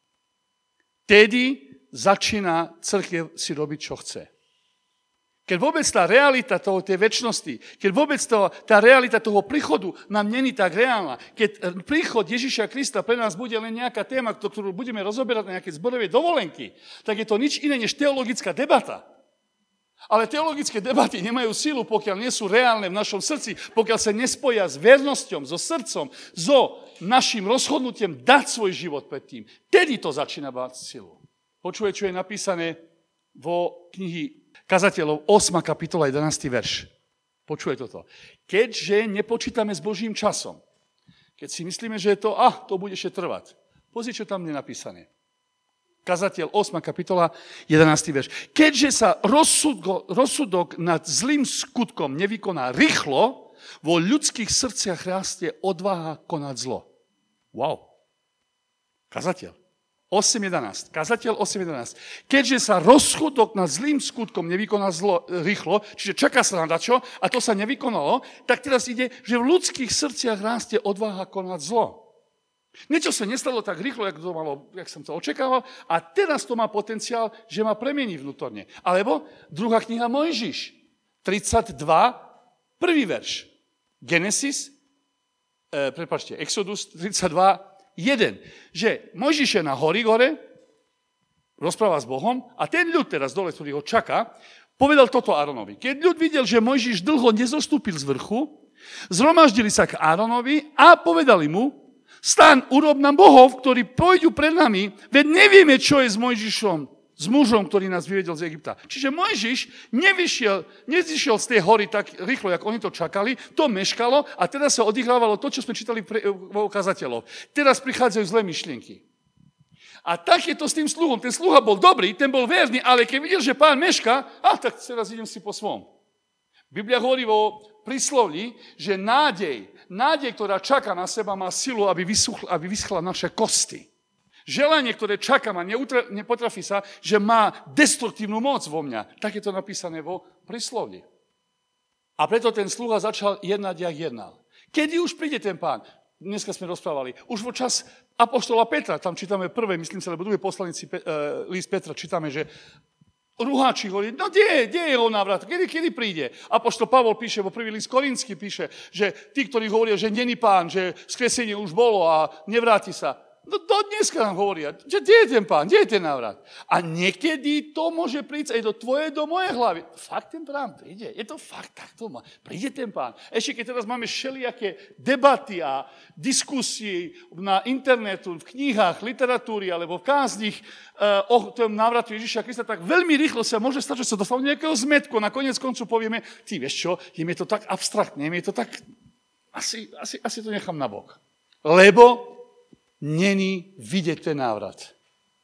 Tedy začína cirkev si robiť, čo chce. Keď vôbec tá realita tej večnosti, keď vôbec tá realita toho príchodu nám není tak reálna, keď príchod Ježiša Krista pre nás bude len nejaká téma, ktorú budeme rozoberať na nejaké zborové dovolenky, tak je to nič iné než teologická debata. Ale teologické debaty nemajú sílu, pokiaľ nie sú reálne v našom srdci, pokiaľ sa nespoja s vernosťou, so srdcom, so našim rozhodnutím dať svoj život pred tým. Tedy to začína mať silu. Počuje, čo je napísané vo knihy Kazateľov 8. kapitola 11. verš. Počuje toto. Keďže nepočítame s Božím časom, keď si myslíme, že to bude ešte trvať. Pozri, čo tam je napísané. Kazateľ 8. kapitola 11. verš. Keďže sa rozsudok nad zlým skutkom nevykoná rýchlo, vo ľudských srdciach rastie odvaha konať zlo. Wow. Kazateľ 8.11. Kazateľ 8.11. Keďže sa rozsudok nad zlým skutkom nevykoná rýchlo, čiže čaká sa na dačo a to sa nevykonalo, tak teraz ide, že v ľudských srdciach rastie odvaha konať zlo. Niečo sa nestalo tak rýchlo, jak som to očakával, a teraz to má potenciál, že ma premení vnútorne. Alebo druhá kniha Mojžiš, 32, prvý verš. Genesis Exodus 32:1, že Mojžiš je na hori gore, rozpráva s Bohom a ten ľud teraz dole, ktorý ho čaká, povedal toto Áronovi. Keď ľud videl, že Mojžiš dlho nezostúpil z vrchu, zhromaždili sa k Áronovi a povedali mu, staň, urob nám bohov, ktorí pôjdu pred nami, veď nevieme, čo je s Mojžišom, s mužom, ktorý nás vyvedel z Egypta. Čiže Mojžiš nezišiel z tej hory tak rýchlo, ako oni to čakali, to meškalo a teraz sa odihrávalo to, čo sme čítali vo ukazateľoch. Teraz prichádzajú zlé myšlienky. A tak je to s tým sluhom. Ten sluha bol dobrý, ten bol verný, ale keď videl, že pán meška, tak teraz idem si po svom. Biblia hovorí vo prísloví, že nádej, ktorá čaká na seba, má silu, aby vyschla naše kosti. Želanie, ktoré čaká ma, nepotrafí sa, že má destruktívnu moc vo mňa. Tak je to napísané vo prísloví. A preto ten sluha začal jednať, jak jednal. Kedy už príde ten pán? Dneska sme rozprávali. Už vo čas apoštola Petra, tam čítame prvé, myslím sa, lebo druhé poslanici list Petra, čítame, že ruháči hovorí, no kde je jeho návrat, kedy príde? Apoštol Pavol píše, vo prvý list Korinský píše, že tí, ktorí hovoria, že není pán, že skresenie už bolo a nevráti sa. No to dneska nám hovoria, že kde je ten pán, kde je ten návrat? A niekedy to môže prísť aj do tvojej, do mojej hlavy. Fakt ten pán príde, je to fakt takto, príde ten pán. Ešte keď teraz máme všelijaké debaty a diskusie na internetu, v knihách, literatúry alebo v kázních o tom návratu Ježiša Krista, tak veľmi rýchlo sa môže stať, že sa dostanú nejakého zmetku. Na koniec koncu povieme, ty vieš čo, je mi to tak abstraktné, je to tak, asi to nechám na bok. Lebo není vidieť ten návrat.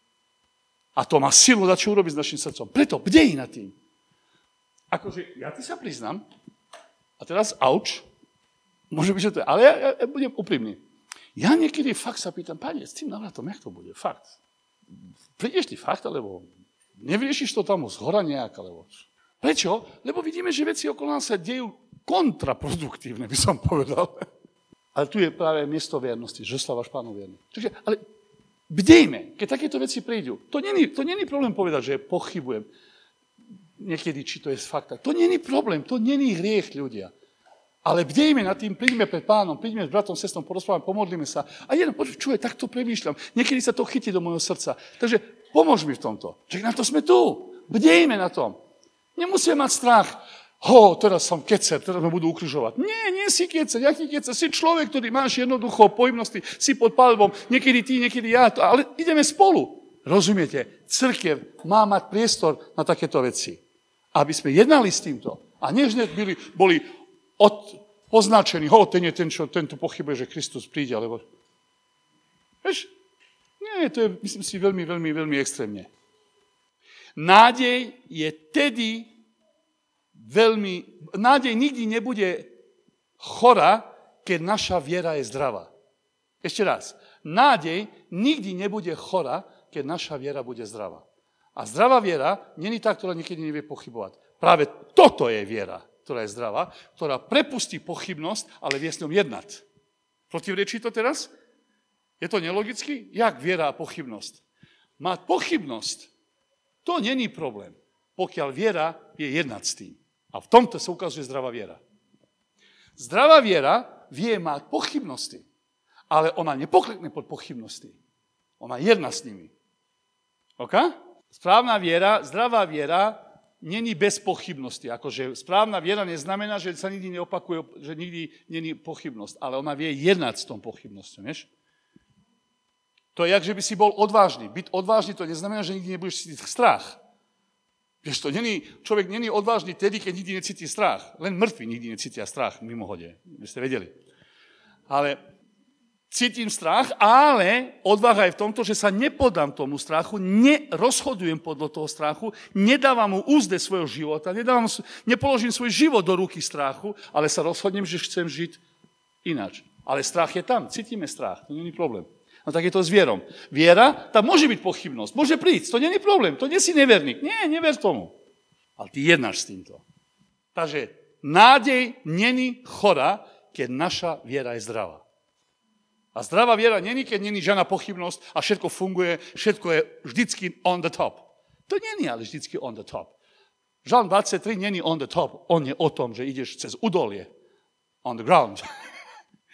A to má silu dať, čo urobiť s našim srdcom. Preto bdej nad tým. Akože, ja ti sa priznám, a teraz, môže byť, že to je, ale ja budem úprimný. Ja niekedy fakt sa pýtam, Pane, s tým návratom, jak to bude? Fakt. Prídeš ty fakt, alebo nevyriešiš to tam zhora nejak, alebo... Prečo? Lebo vidíme, že veci okolo nás sa dejú kontraproduktívne, by som povedal. Ale tu je práve miesto viernosti, že slávaš Pánu vierný. Čiže, ale bdejme, keď takéto veci prídu. To není problém povedať, že pochybujem niekedy, či to je fakt. To není problém, to není hriech, ľudia. Ale bdejme nad tým, príďme pred Pánom, príďme s bratom, sestrom, porozprávame, pomodlíme sa. A takto premýšľam. Niekedy sa to chytí do môjho srdca. Takže pomôž mi v tomto. Čiže na to sme tu. Bdejme na tom. Nemusíme mať strach. Teraz som kecer, teraz ma budú ukrižovať. Nie si kecer, jaký kecer? Si človek, ktorý máš jednoducho pojemnosti, si pod palbom, niekedy ty, niekedy ja, ale ideme spolu. Rozumiete? Cirkev má mať priestor na takéto veci. Aby sme jednali s týmto. A než boli označení, ten je ten tu pochybuje, že Kristus príde, alebo... Vieš? Nie, to je, myslím si, veľmi, veľmi, veľmi extrémne. Nádej je tedy nádej nikdy nebude chorá, keď naša viera je zdravá. Ešte raz. Nádej nikdy nebude chorá, keď naša viera bude zdravá. A zdravá viera nie je tá, ktorá niekedy nevie pochybovať. Práve toto je viera, ktorá je zdravá, ktorá prepustí pochybnosť, ale vie s ňou jednať. Protivrečí to teraz? Je to nelogicky? Jak viera a pochybnosť? Mať pochybnosť, to není problém, pokiaľ viera vie jednať s tým. A v tomto sa ukazuje zdravá viera. Zdravá viera vie mať pochybnosti, ale ona nepoklekne pod pochybnosti. Ona jedná s nimi. OK? Správna viera, zdravá viera není bez pochybnosti. Akože správna viera neznamená, že sa nikdy neopakuje, že nikdy není pochybnosť, ale ona vie jednať s tom pochybnosťou, vieš? To je jak, že by si bol odvážny. Byť odvážny to neznamená, že nikdy nebudeš cítiť strach. Vieš to, človek není odvážny tedy, keď nikdy necíti strach. Len mŕtvi nikdy necítia strach, mimohode. By ste vedeli. Ale cítim strach, ale odvaha je v tomto, že sa nepodám tomu strachu, nerozhodujem podľa toho strachu, nedávam mu úzde svojho života, nepoložím svoj život do ruky strachu, ale sa rozhodnem, že chcem žiť ináč. Ale strach je tam, cítime strach, to nie je problém. No tak je to s vierom. Viera, tam môže byť pochybnosť, môže prísť, to nie je problém, to nie si neverník. Nie, never tomu. Ale ty jednáš s týmto. Takže nádej není chorá, keď naša viera je zdravá. A zdravá viera není, keď není žiadna pochybnosť a všetko funguje, všetko je vždycky on the top. To není ale vždycky on the top. Žalm 23 není on the top, on je o tom, že ideš cez udolie. On the ground.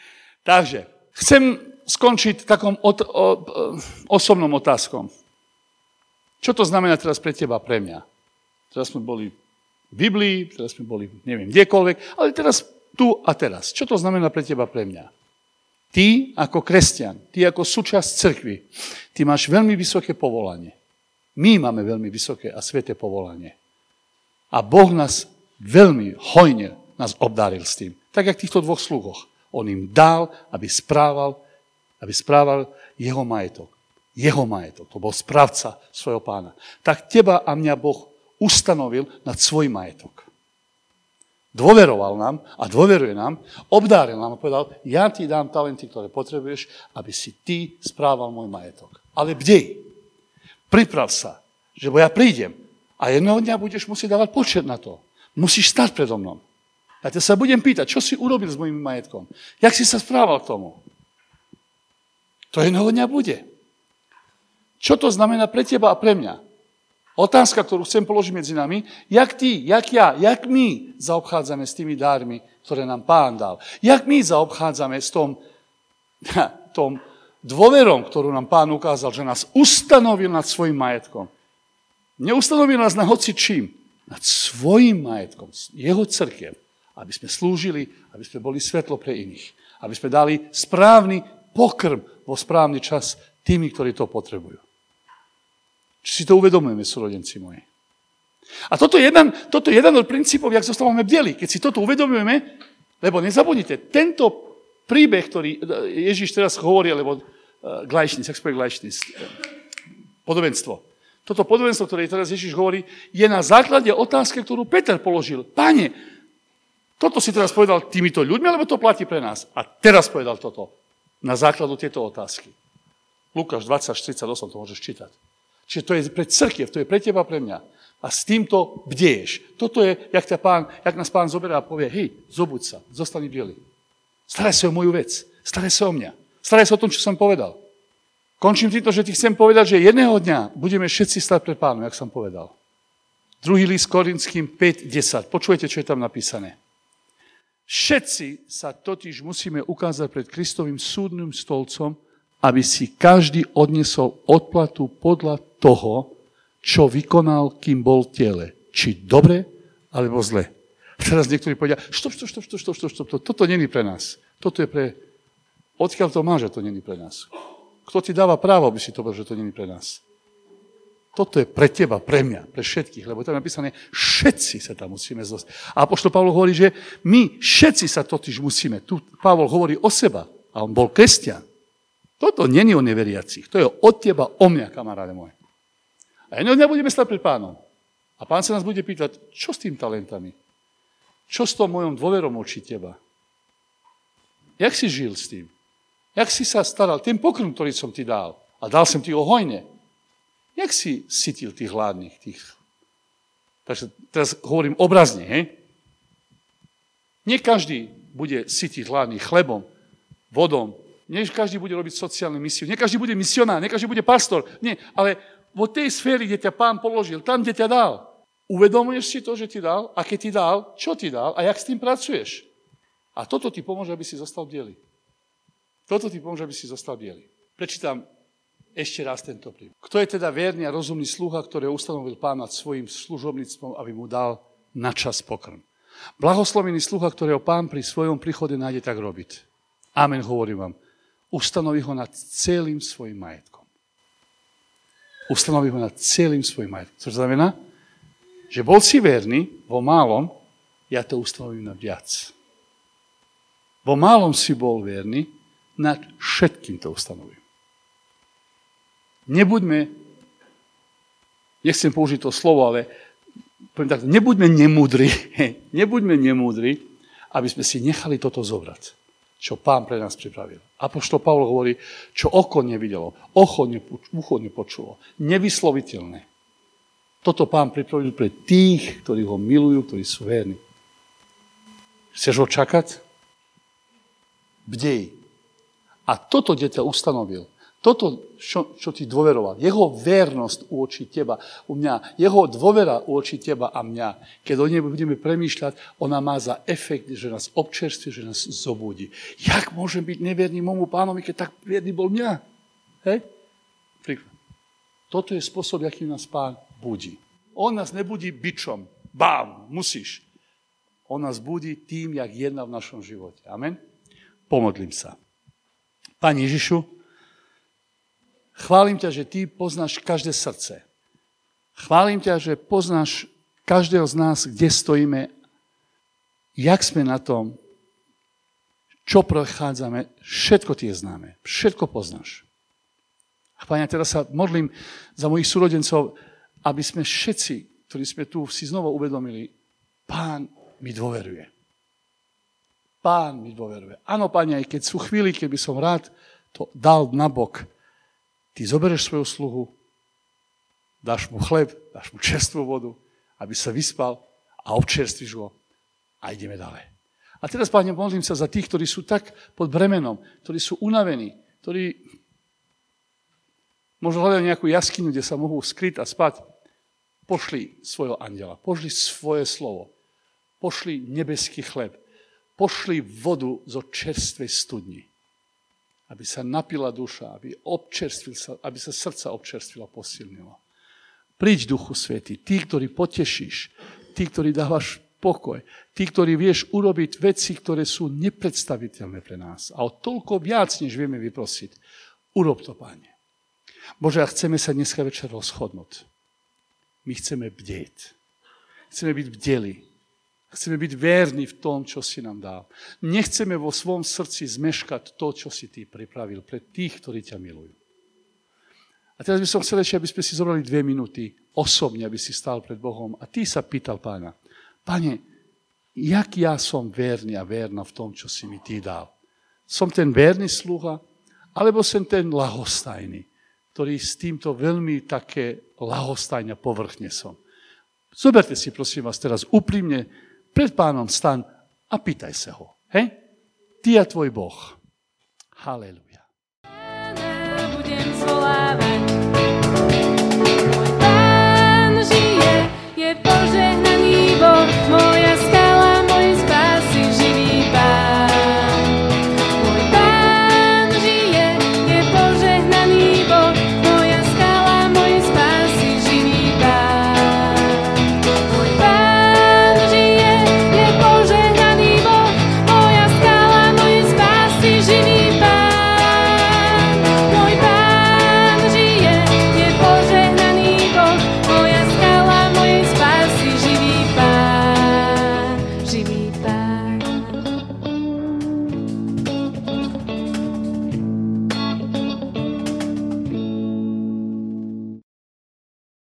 Takže, chcem skončiť takom osobnom otázkom. Čo to znamená teraz pre teba, pre mňa? Teraz sme boli v Biblii, teraz sme boli neviem kdekoľvek, ale teraz tu a teraz. Čo to znamená pre teba, pre mňa? Ty ako kresťan, ty ako súčasť cirkvi, ty máš veľmi vysoké povolanie. My máme veľmi vysoké a sväté povolanie. A Boh nás veľmi hojne nás obdaril s tým. Tak, jak týchto dvoch sluhoch. On im dal, aby správal jeho majetok. Jeho majetok. To bol správca svojho pána. Tak teba a mňa Boh ustanovil nad svoj majetok. Dôveroval nám a dôveruje nám, obdáril nám a povedal, ja ti dám talenty, ktoré potrebuješ, aby si ty správal môj majetok. Ale bdej, priprav sa, že ja prídem a jedného dňa budeš musieť dávať počet na to. Musíš stať predo mnou. Ja ťa sa budem pýtať, čo si urobil s mojím majetkom? Jak si sa správal k tomu? To jedného dňa bude. Čo to znamená pre teba a pre mňa? Otázka, ktorú chcem položiť medzi nami, jak ty, jak ja, jak my zaobchádzame s tými dármi, ktoré nám Pán dal? Jak my zaobchádzame s tom dôverom, ktorú nám Pán ukázal, že nás ustanovil nad svojim majetkom? Neustanovil nás na hoci čím, nad svojim majetkom, jeho cirkev, aby sme slúžili, aby sme boli svetlo pre iných, aby sme dali správny pokrm vo správny čas tými, ktorí to potrebujú. Či si to uvedomujeme, súrodenci moji? A toto je jeden od princípov, jak zostávame bdeli. Keď si toto uvedomujeme, lebo nezabudnite, tento príbeh, ktorý Ježiš teraz hovorí, alebo glajšnis, jak spôj glajšnis, podobenstvo. Toto podobenstvo, ktoré teraz Ježiš hovorí, je na základe otázky, ktorú Peter položil. Páne, toto si teraz povedal týmito ľuďmi, alebo to platí pre nás? A teraz povedal toto na základu tieto otázky. Lukáš 20:48, to môžeš čítať. Čiže to je pre cirkev, to je pre teba, pre mňa. A s týmto bdieš. Toto je, jak nás Pán zoberá a povie, hej, zobuď sa, zostani bdeli. Staraj sa o moju vec, staraj sa o mňa, staraj sa o tom, čo som povedal. Končím týmto, že ti chcem povedať, že jedného dňa budeme všetci stať pred Pánom, jak som povedal. 2. list Korinským 5:10. Počujete, čo je tam napísané. Všetci sa totiž musíme ukázať pred Kristovým súdnym stolcom, aby si každý odnesol odplatu podľa toho, čo vykonal, kým bol v tele. Či dobre, alebo zle. Teraz niektorí povedia, štop, toto není pre nás. Toto je pre... Odkiaľ to má, že to není pre nás? Kto ti dáva právo, aby si to povedal, že to není pre nás? Toto je pre teba, pre mňa, pre všetkých, lebo tam je napísané, všetci sa tam musíme zostať. A apoštol Pavol hovorí, že my všetci sa totiž musíme. Tu Pavol hovorí o seba a on bol kresťan. Toto není o neveriacich, to je od teba, o mňa, kamaráde môj. A jedného dňa budeme stať pred Pánom. A Pán sa nás bude pýtať, čo s tým talentami? Čo s tom mojom dôverom oči teba? Jak si žil s tým? Jak si sa staral? Ten pokrm, ktorý som ti dal, a dal som ti ho hojne. Jak si sytil tých hladných? Takže teraz hovorím obrazne, hej? Nie každý bude sytiť hladných chlebom, vodom, nie každý bude robiť sociálnu misiu, nie každý bude misionár, nie každý bude pastor, nie, ale vo tej sféry, kde ťa Pán položil, tam, kde ťa dal, uvedomuješ si to, že ti dal, a keď ti dal, čo ti dal a jak s tým pracuješ. A toto ti pomôže, aby si zostal biely. Toto ti pomôže, aby si zostal biely. Prečítam ešte raz tento príbeh. Kto je teda verný a rozumný sluha, ktorý ustanovil Pán nad svojim služobníctvom, aby mu dal na čas pokrm. Blahoslovený sluha, ktorého Pán pri svojom príchode nájde tak robiť. Amen, hovorím vám. Ustanoví ho nad celým svojim majetkom. Ustanoví ho nad celým svojim majetkom. Co znamená? Že bol si verný vo málom, ja to ustanovím na viac. Vo málom si bol verný, nad všetkým to ustanovím. Nebuďme, nechcem použiť to slovo, ale poviem tak, nebuďme nemúdri, aby sme si nechali toto zobrať, čo Pán pre nás pripravil. Apoštol Pavol hovorí, čo oko nevidelo, ucho nepočulo, nevysloviteľné. Toto Pán pripravil pre tých, ktorí ho milujú, ktorí sú verní. Chceš ho čakať? Bdej. A toto, kde ťa ustanovil, Toto, čo ti dôveroval, jeho vernosť u očí teba, u mňa, jeho dôvera u očí teba a mňa, keď o nej budeme premýšľať, ona má za efekt, že nás občerstvie, že nás zobudí. Jak môžem byť neverný môjmu pánovi, keď tak verný bol mňa? Hej? Príklad. Toto je spôsob, akým nás pán budí. On nás nebudí bičom. Bám, musíš. On nás budí tým, jak jedná v našom živote. Amen? Pomodlím sa. Pane Ježišu, chválim ťa, že ty poznáš každé srdce. Chválim ťa, že poznáš každého z nás, kde stojíme, jak sme na tom, čo prechádzame, všetko ti je známe, všetko poznáš. A Pane, teraz sa modlím za mojich súrodencov, aby sme všetci, ktorí sme tu si znova uvedomili, Pán mi dôveruje. Pán mi dôveruje. Áno, Pane, aj keď sú chvíli, keď by som rád to dal nabok, ty zoberieš svoju sluhu, dáš mu chleb, dáš mu čerstvú vodu, aby sa vyspal a občerstvíš ho a ideme ďalej. A teraz, Pane, modlím sa za tých, ktorí sú tak pod bremenom, ktorí sú unavení, ktorí možno hľadajú nejakú jaskyňu, kde sa mohú skryť a spať. Pošli svojho anjela, pošli svoje slovo, pošli nebeský chleb, pošli vodu zo čerstvej studni, aby sa napila duša, aby sa srdca občerstvilo, posilnilo. Príď, Duchu Svätý, tí, ktorí potešíš, tí, ktorí dávaš pokoj, tí, ktorí vieš urobiť veci, ktoré sú nepredstaviteľné pre nás. A o toľko viac, než vieme vyprosiť. Urob to, Pane. Bože, a chceme sa dneska večer rozhodnúť. My chceme bdieť. Chceme byť bdeli. Chceme byť verní v tom, čo si nám dal. Nechceme vo svojom srdci zmeškať to, čo si ty pripravil pre tých, ktorí ťa milujú. A teraz by som chcel ešte, aby sme si zobrali 2 minúty osobne, aby si stál pred Bohom a ty sa pýtal Pána, Pane, jak ja som verný a verná v tom, čo si mi ty dal? Som ten verný sluha, alebo som ten ľahostajný, ktorý s týmto veľmi také ľahostajne povrchne som. Zoberte si, prosím vás, teraz úprimne pred Pánom staň a pýtaj sa ho. Hej? Ty a tvoj Boh. Halelujá. Budem zvolávať.